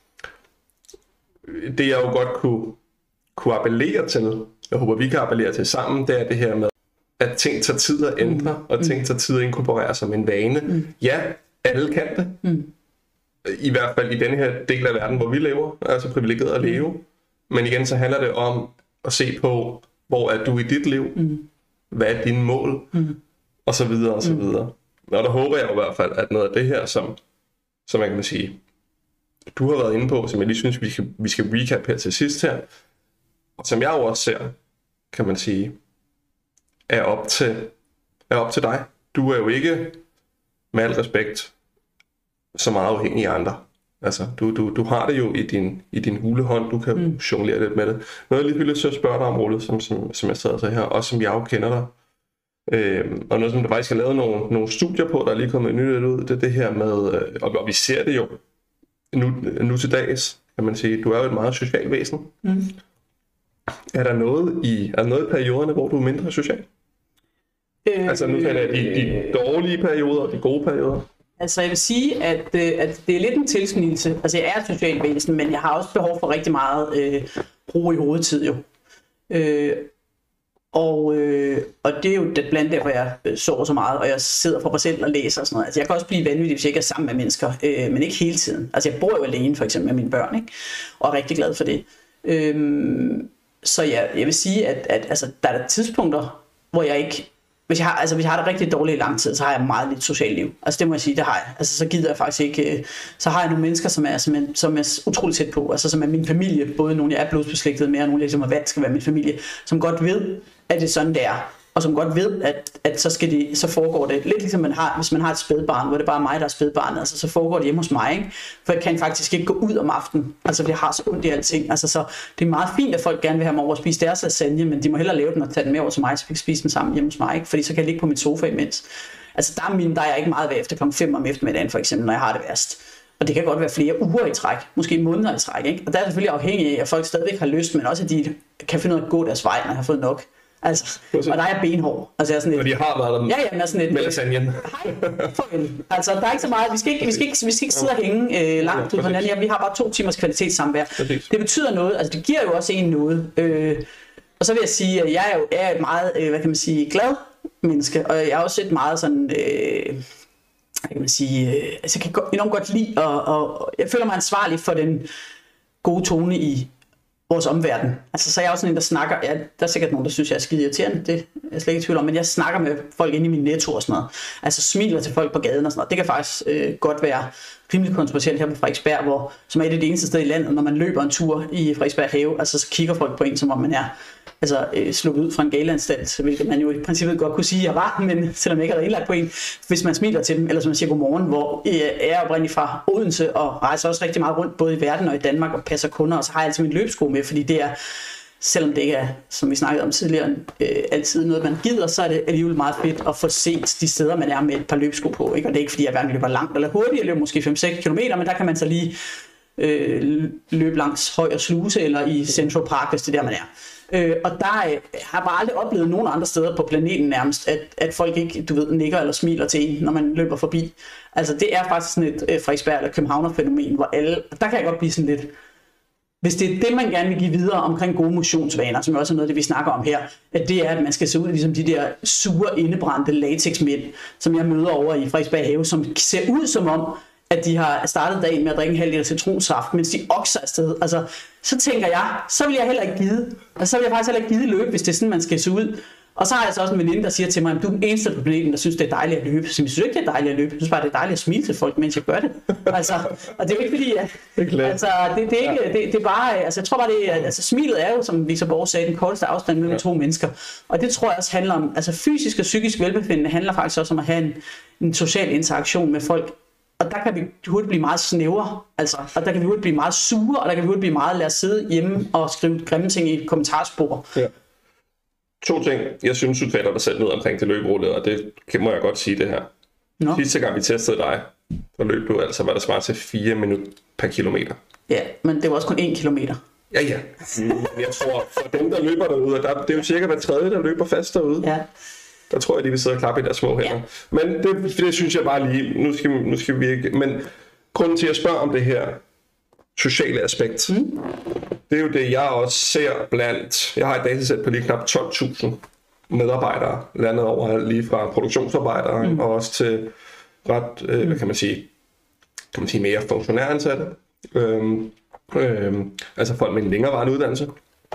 Speaker 1: Det jeg jo godt kunne, kunne appellere til, jeg håber, vi kan appellere til sammen, det er det her med, at ting tager tid at ændre, mm. og ting tager tid at inkorporere som en vane. Mm. Ja, alle kan det. Mm. I hvert fald i denne her del af verden, hvor vi lever, altså privilegeret at leve. Mm. Men igen, så handler det om at se på, hvor er du i dit liv? Mm. Hvad er dine mål? Mm. Og så videre, og så videre. Og der håber jeg i hvert fald, at noget af det her, som, som man kan sige, du har været inde på, som jeg lige synes, vi skal, vi skal recap her til sidst her, og som jeg jo også ser, kan man sige, er op til, er op til dig. Du er jo ikke, med al respekt, så meget afhængig af andre. Altså, du, du, du har det jo i din, i din hulehånd, du kan mm. jonglere lidt med det. Noget jeg lige vil så spørge dig om, Ole, som, som, som jeg sad så her, og som jeg jo kender dig. Øhm, og noget, som der faktisk har lavet nogle, nogle studier på, der er lige kommet nyt ud, det er det her med, øh, og, og vi ser det jo nu, nu til dags, kan man sige, du er jo et meget socialt væsen. Mm. Er der noget i, er der noget i perioderne, hvor du er mindre social? Øh, altså nu taler jeg de, de dårlige perioder og de gode perioder.
Speaker 2: Altså jeg vil sige, at, øh, at det er lidt en tilsnigelse. Altså jeg er et socialt væsen, men jeg har også behov for rigtig meget øh, ro i hovedtid jo. Øh, og, øh, og det er jo blandt derfor, jeg sover så meget, og jeg sidder for mig selv og læser og sådan noget. Altså jeg kan også blive vanvittig, hvis jeg ikke er sammen med mennesker, øh, men ikke hele tiden. Altså jeg bor jo alene for eksempel med mine børn, ikke? Og er rigtig glad for det. Øh, så ja, jeg vil sige, at, at altså, der er der tidspunkter, hvor jeg ikke... Hvis jeg, har, altså, hvis jeg har det rigtig dårligt i lang tid, så har jeg meget lidt socialt liv. Altså det må jeg sige, det har jeg. Altså så gider jeg faktisk ikke... Så har jeg nogle mennesker, som er, som er, som er utroligt tæt på. Altså som er min familie. Både nogle, jeg er blodsbeslægtet med, og nogle, jeg ligesom har valgt skal være min familie. Som godt ved, at det er sådan, det er. Og som godt ved, at, at så, skal de, så foregår det lidt ligesom man har, hvis man har et spædbarn, hvor det bare er mig, der er spædbarnet. Altså så foregår det hjemme hos mig, ikke? For jeg kan faktisk ikke gå ud om aftenen. Altså det har så ondt i alting. Altså så det er meget fint, at folk gerne vil have mig over at spise deres lasagne, men de må hellere lave den og tage den med over til mig, så vi kan spise den sammen hjemme hos mig, ikke? Fordi så kan jeg ligge på mit sofa imens. Altså der er, mine, der er jeg ikke meget ved efter klokken fem om eftermiddagen for eksempel, når jeg har det værst. Og det kan godt være flere uger i træk, måske måneder i træk, ikke? Og der er selvfølgelig afhængig af, at folk stadigvæk har lyst, men også at de kan finde ud af at gå deres vej, når jeg har fået nok. Altså, og der er jeg benhård. Altså, jeg er sådan et,
Speaker 1: og de har været der
Speaker 2: ja, ja, sådan et,
Speaker 1: med lasagnen.
Speaker 2: Hej, farvel. Altså, der er ikke så meget. Vi skal ikke, vi skal ikke, vi skal ikke sidde og hænge øh, langt ud fra hinanden. Ja, vi har bare to timers kvalitetssamvær. Præcis. Det betyder noget. Altså, det giver jo også en noget. Øh, og så vil jeg sige, at jeg er jo er et meget, øh, hvad kan man sige, glad menneske. Og jeg er også et meget sådan... Øh, hvad kan man sige... Øh, altså, jeg kan enormt godt lide, og, og, og jeg føler mig ansvarlig for den gode tone i vores omverden. Altså, så er jeg også sådan en, der snakker... Ja, der er sikkert nogen, der synes, jeg er skide irriterende. Det er jeg slet ikke i tvivl om. Men jeg snakker med folk inde i min Netto og sådan noget. Altså, smiler til folk på gaden og sådan noget. Det kan faktisk øh, godt være rimelig kontroversielt her på Frederiksberg, hvor, som er det det eneste sted i landet, når man løber en tur i Frederiksberg Have, altså så kigger folk på en, som om man er altså, øh, sluppet ud fra en galeanstalt, hvilket man jo i princippet godt kunne sige, at jeg var, men selvom jeg ikke havde indlagt på en, hvis man smiler til dem, eller som man siger godmorgen, hvor øh, jeg er oprindeligt fra Odense og rejser også rigtig meget rundt, både i verden og i Danmark, og passer kunder, og så har jeg altid min løbesko med, fordi det er, selvom det ikke er, som vi snakkede om tidligere, øh, altid noget, man gider, så er det alligevel meget fedt at få set de steder, man er med et par løbesko på. Ikke? Og det er ikke, fordi jeg hverken løber langt eller hurtigt, jeg løber måske fem til seks kilometer, men der kan man så lige øh, løbe langs Høj og Sluse, eller i Central Park, hvis det er der, man er. Øh, og der øh, har jeg bare aldrig oplevet nogen andre steder på planeten nærmest, at, at folk ikke, du ved, nikker eller smiler til en, når man løber forbi. Altså det er faktisk sådan et øh, Frederiksberg eller Københavner-fænomen, hvor alle, der kan jeg godt blive sådan lidt... Hvis det er det, man gerne vil give videre omkring gode motionsvaner, som også er noget af det, vi snakker om her, at det er, at man skal se ud ligesom de der sure, indebrændte latexmænd, som jeg møder over i Frederiksberg Have, som ser ud som om, at de har startet dagen med at drikke en halv liter citronsaft, mens de okser afsted. Altså, så tænker jeg, så vil jeg heller ikke gide. Altså, så vil jeg faktisk heller ikke gide løbe, hvis det er sådan, man skal se ud. Og så har jeg så også en veninde, der siger til mig, at du er den eneste på planeten, der synes, det er dejligt at løbe. Så jeg synes ikke, det er dejligt at løbe. Jeg synes bare, det er dejligt at smile til folk, mens jeg gør det. Altså, og det er jo ikke fordi, at, det er altså, det, det, er ikke, det, det er bare, altså jeg tror bare, det er, altså smilet er jo, som Victor Borge sagde, den korteste afstand mellem ja. to mennesker. Og det tror jeg også handler om, altså fysisk og psykisk velbefindende handler faktisk også om at have en, en social interaktion med folk. Og der kan vi hurtigt blive meget snævre, altså, og der kan vi hurtigt blive meget sure, og der kan vi hurtigt blive meget lade os sidde hjemme og skrive grimme ting i kommentarspor. Ja.
Speaker 1: To ting, jeg synes, du taler dig selv ned omkring det løberullet, og det må jeg godt sige det her. No. Sidste gang vi testede dig, så løb du altså, hvad der svarer til fire minutter per kilometer.
Speaker 2: Ja, men det var også kun en kilometer.
Speaker 1: Ja, ja. Mm, jeg tror, for dem, der løber derude, og der, det er jo cirka hver tredje, der løber fast derude. Ja. Der tror jeg, de vil sidde og klappe i deres små hænder. Ja. Men det, det synes jeg bare lige, nu skal, nu skal vi ikke, men grunden til at spørge om det her sociale aspekt, mm. det er jo det, jeg også ser blandt, jeg har et datasæt på lige knap tolv tusind medarbejdere landet over, lige fra produktionsarbejdere mm. og også til ret, øh, hvad kan man sige, kan man sige mere funktionæransatte, øhm, øhm, altså folk med en længerevarende uddannelse.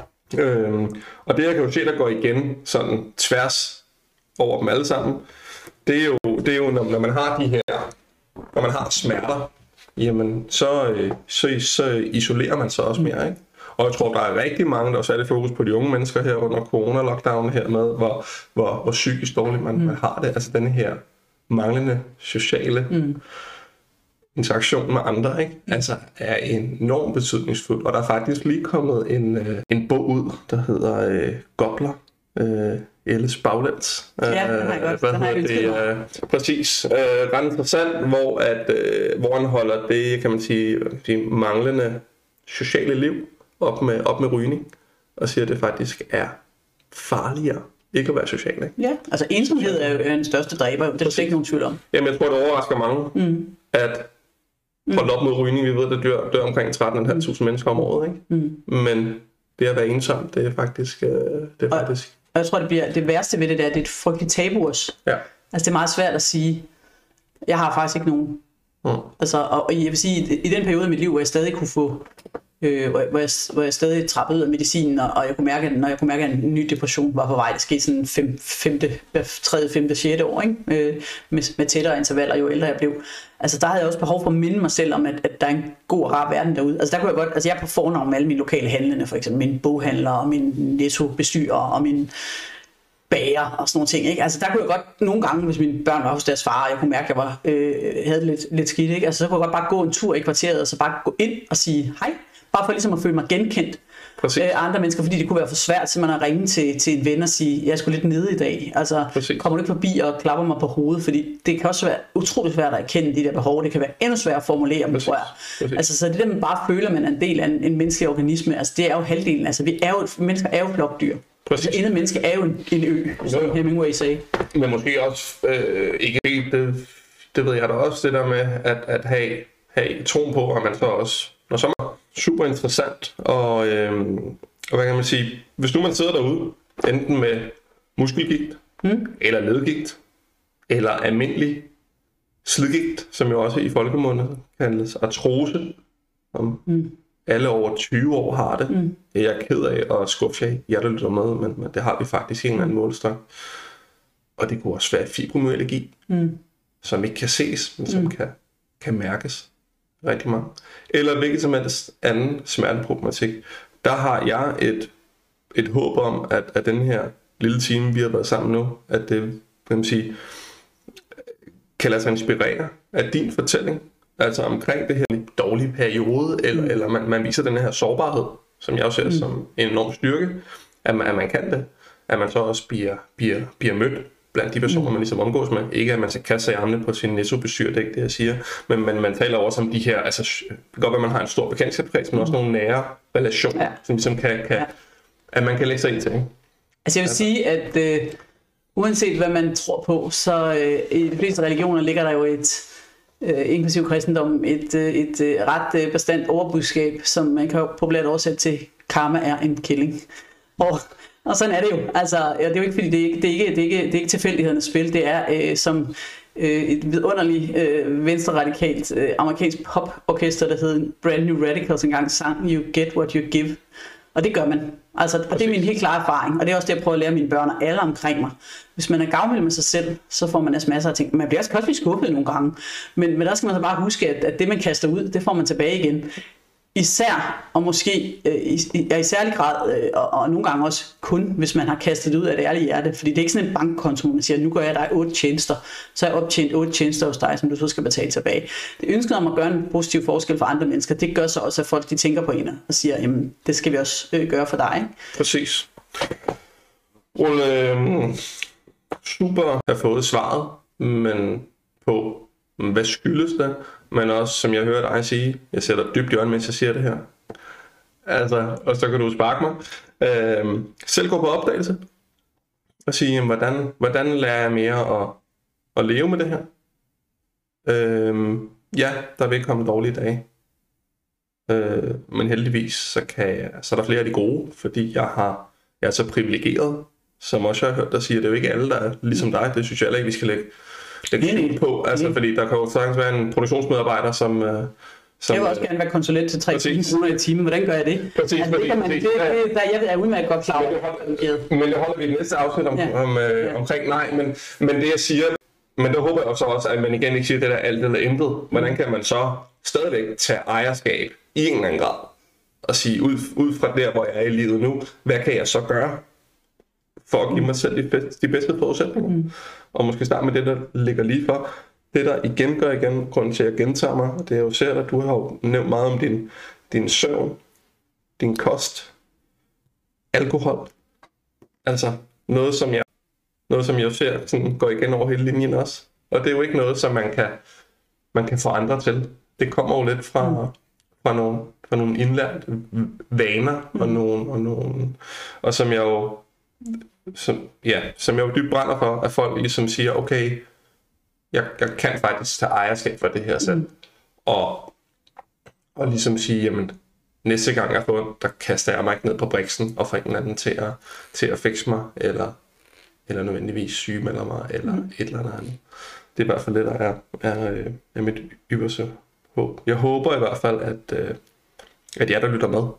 Speaker 1: Øhm, og det jeg kan jo se, der går igen sådan tværs over dem alle sammen, det er jo, det er jo når, når man har de her, når man har smerter, jamen så, øh, så, så isolerer man sig også mere, ikke? Og jeg tror, der er rigtig mange, der også er det fokus på de unge mennesker her under corona-lockdown her med, hvor, hvor, hvor psykisk dårligt man, mm. man har det. Altså den her manglende sociale mm. interaktion med andre, ikke? Altså er enormt betydningsfuld. Og der er faktisk lige kommet en, øh, en bog ud, der hedder øh, Gobler. Øh, Elles Baglæns.
Speaker 2: Ja, den har jeg godt. Den har jeg ønsket
Speaker 1: det, øh, præcis. Øh, ret interessant, hvor, at, øh, hvor han holder det, kan man sige, de manglende sociale liv op med, op med rygning, og siger, at det faktisk er farligere ikke at være social. Ikke?
Speaker 2: Ja, altså ensomhed er jo den største dræber, det er der ikke nogen tvivl om.
Speaker 1: Jamen, jeg tror, det overrasker mange, mm. at holde op med rygning, vi ved, at der dør, dør omkring tretten tusind fem hundrede mennesker om året, ikke? Mm. Men det at være ensom, det er faktisk... Øh, det er
Speaker 2: og,
Speaker 1: faktisk
Speaker 2: og jeg tror, det, bliver, det værste ved det der, det er et frygteligt tabu også.
Speaker 1: Ja.
Speaker 2: Altså, det er meget svært at sige, jeg har faktisk ikke nogen. Mm. Altså, og, og jeg vil sige, i den periode af mit liv, hvor jeg stadig kunne få... Øh, hvor, jeg, hvor jeg stadig trappede ud af medicinen, og, og jeg kunne mærke, når jeg kunne mærke, at en ny depression var på vej. Det skete sådan fem, femte, tredje, femte, sjette år, ikke? Øh, med, med tættere intervaller, jo ældre jeg blev. Altså der havde jeg også behov for at minde mig selv om, at, at der er en god og rar verden derude. Altså der kunne jeg godt, altså jeg er på fornavn med alle mine lokale handlende, for eksempel mine boghandlere, og mine netto-bestyrer, og mine bager og sådan nogle ting, ikke? Altså der kunne jeg godt nogle gange, hvis mine børn var hos deres far, og jeg kunne mærke, at jeg var, øh, havde lidt, lidt skidt, ikke? Altså så kunne jeg godt bare gå en tur i kvarteret, og så bare gå ind og sige hej. Bare for ligesom at føle mig genkendt af andre mennesker, fordi det kunne være for svært simpelthen at ringe til, til en ven og sige, jeg er sgu lidt nede i dag. Altså, Præcis. Kommer du ikke forbi og klapper mig på hovedet, fordi det kan også være utroligt svært at erkende de der behov. Det kan være endnu sværere at formulere dem, tror jeg. Altså, så det der, man bare føler, at man er en del af en, en menneskelig organisme, altså det er jo halvdelen. Altså, vi er jo, mennesker er jo flokdyr. Altså, intet menneske er jo en, en ø, som Hemingway sagde.
Speaker 1: Men måske også, øh, ikke helt, det, det ved jeg da også, det der med at, at have, have troen på, at man så også, når så man super interessant, og, øhm, og hvad kan man sige, hvis nu man sidder derude, enten med muskelgigt, mm. eller ledgigt, eller almindelig slidgigt, som jo også i folkemunde kaldes artrose, om mm. alle over tyve år har det. Mm. Jeg er ked af at skuffe jer, jer der lytter med, men, men det har vi faktisk i en eller anden målestok. Og det kunne også være fibromyalgi, mm. som ikke kan ses, men som mm. kan, kan mærkes. Rigtig mange. Eller hvilket som helst anden smerteproblematik. Der har jeg et, et håb om, at, at den her lille time, vi har været sammen nu, at det kan, man sige, kan lade sig inspirere af din fortælling. Altså omkring det her dårlige periode, eller, eller man, man viser den her sårbarhed, som jeg også ser som en enorm styrke, at man, at man kan det. At man så også bliver, bliver, bliver mødt blandt de personer, man ligesom omgås med. Ikke at man skal kaste sig i armene på sin netto-bestyr, det er ikke det, jeg siger. Men, men man taler også om de her, altså det kan godt være, at man har en stor bekendtskabskreds, men også nogle nære relationer, ja. som ligesom kan, kan ja. at man kan lægge sig ind til. Ikke?
Speaker 2: Altså jeg vil altså. sige, at øh, uanset hvad man tror på, så øh, i de fleste religioner ligger der jo et, øh, inklusiv kristendom, et, øh, et øh, ret øh, bestandt overbudskab, som man kan populært oversætte til, karma er en killing. Og Og sådan er det jo. Altså, ja, det er jo ikke, fordi det er ikke, det er ikke, det er ikke, det er ikke tilfældighedernes spil. Det er øh, som øh, et vidunderligt øh, venstre-radikalt øh, amerikansk poporkester, der hedder Brand New Radicals engang sang, You get what you give. Og det gør man. Altså, og det er min helt klare erfaring. Og det er også det, jeg prøver at lære mine børn og alle omkring mig. Hvis man er gavmild med sig selv, så får man altså masser af ting. Man bliver også blive skuffet nogle gange. Men, men der skal man så bare huske, at, at det, man kaster ud, det får man tilbage igen. Især, og måske øh, i, i, i særlig grad, øh, og, og nogle gange også kun, hvis man har kastet ud af det ærlige hjerte. Fordi det er ikke sådan en bankkonto, hvor man siger, nu gør jeg dig otte tjenester, så har jeg optjent otte tjenester hos dig, som du så skal betale tilbage. Det ønsket om at gøre en positiv forskel for andre mennesker, det gør så også, at folk de tænker på en og siger, jamen det skal vi også øh, gøre for dig. Ikke?
Speaker 1: Præcis. Ole, øh, super at have fået svaret, men på hvad skyldes det? Men også, som jeg hører dig sige, jeg sætter dybt i øjnene, mens jeg siger det her. Altså, og så kan du sparke mig. Øh, selv gå på opdagelse. Og sige, hvordan, hvordan lærer jeg mere at, at leve med det her? Øh, ja, der vil komme dårlige dage. Øh, men heldigvis, så, kan jeg, så er der flere af de gode, fordi jeg, har, jeg er så privilegeret, som også jeg har hørt dig sige, det er jo ikke alle, der er ligesom dig. Det synes jeg heller ikke, vi skal lægge lægge på, altså mm. fordi der kan jo sagtens være en produktionsmedarbejder, som... Uh, som
Speaker 2: jeg vil også gerne være konsulent til tre tusind kroner i timen. Hvordan gør jeg det?
Speaker 1: Præcis,
Speaker 2: altså, det, kan man, det, det der, jeg er udmærket godt klar over.
Speaker 1: Men det holder vi i næste afsnit om, ja. om, øh, ja. omkring nej, men, men det jeg siger, men der håber jeg så også, at man igen ikke siger det der alt eller intet. Hvordan kan man så stadigvæk tage ejerskab i en eller anden grad og sige ud, ud fra der, hvor jeg er i livet nu, hvad kan jeg så gøre for at give mig selv de bedste, de bedste forudsætninger? Mm. Og måske starte med det, der ligger lige for. det der igen gør igen, grunden til at jeg gentager mig, det er jo ser, at du har jo nævnt meget om din, din søvn, din kost, alkohol. Altså noget, som jeg, noget, som jeg ser sådan, går igen over hele linjen også. Og det er jo ikke noget, som man kan, man kan få andre til. Det kommer jo lidt fra, mm. fra, nogle, fra nogle indlærte vaner, mm. og, nogle, og, nogle, og som jeg jo som, ja, som jeg jo dybt brænder for, at folk ligesom siger, okay, jeg, jeg kan faktisk tage ejerskab for det her selv. Mm. Og, og ligesom sige, jamen, næste gang jeg får ondt, der kaster jeg mig ikke ned på briksen og får en eller anden til at, til at fikse mig, eller, eller nødvendigvis sygemelder mig, eller mm. et eller andet. Det er i hvert fald det, der er, er, er mit ypperste håb. Jeg håber i hvert fald, at, at jer, der lytter med,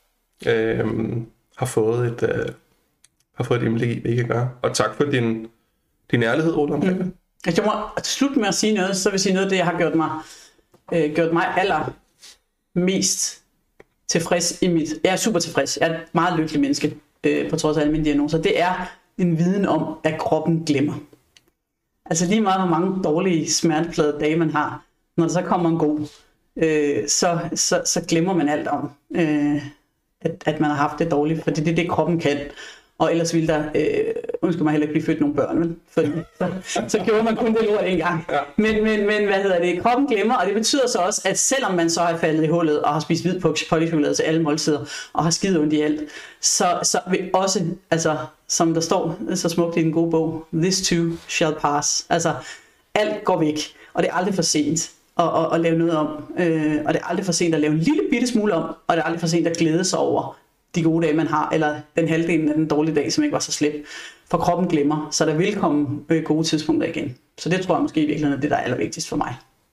Speaker 1: øh, har fået et, øh, har fået et indblik i, hvad I kan gøre. Og tak for din, din ærlighed, Ole, omkring det. Mm.
Speaker 2: Jeg må slutte med at sige noget, så vil jeg sige noget af det, jeg har gjort mig, øh, gjort mig allermest tilfreds i mit... Jeg er super tilfreds. Jeg er et meget lykkelig menneske, øh, på trods af alle mine diagnoser. Det er en viden om, at kroppen glemmer. Altså lige meget, hvor mange dårlige, smerteplagede dage man har, når der så kommer en god, øh, så, så, så glemmer man alt om, øh, at, at man har haft det dårligt, for det er det, det, kroppen kan. Og ellers ville der, øh, ønsker man heller ikke blive født nogle børn, vel? For, så, så gjorde man kun det lort en gang. Ja. Men, men, men hvad hedder det? Kroppen glemmer, og det betyder så også, at selvom man så har faldet i hullet og har spist hvid polychokolade til alle måltider og har skide ondt i alt, så, så vil også, altså som der står så smukt i den gode bog, this too shall pass. Altså alt går væk, og det er aldrig for sent at, at, at lave noget om. Øh, og det er aldrig for sent at lave en lille bitte smule om, og det er aldrig for sent at glæde sig over de gode dage, man har, eller den halvdelen af den dårlige dag, som ikke var så slem. For kroppen glemmer, så der vil komme gode tidspunkter igen. Så det tror jeg måske i virkeligheden er det, der er allervigtigst for mig.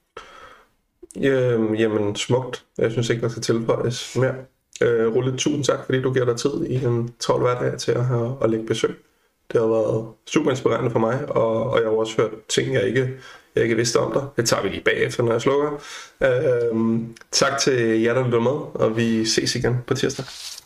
Speaker 1: Øh, jamen, smukt. Jeg synes ikke, der skal tilføjes mere. Øh, Rulle, tusind tak, fordi du giver dig tid i en travl hverdag til at, have, at lægge besøg. Det har været super inspirerende for mig, og, og jeg har også hørt ting, jeg ikke, jeg ikke vidste om dig. Det tager vi lige bagefter, når jeg slukker. Øh, tak til jer, der lytter med, og vi ses igen på tirsdag.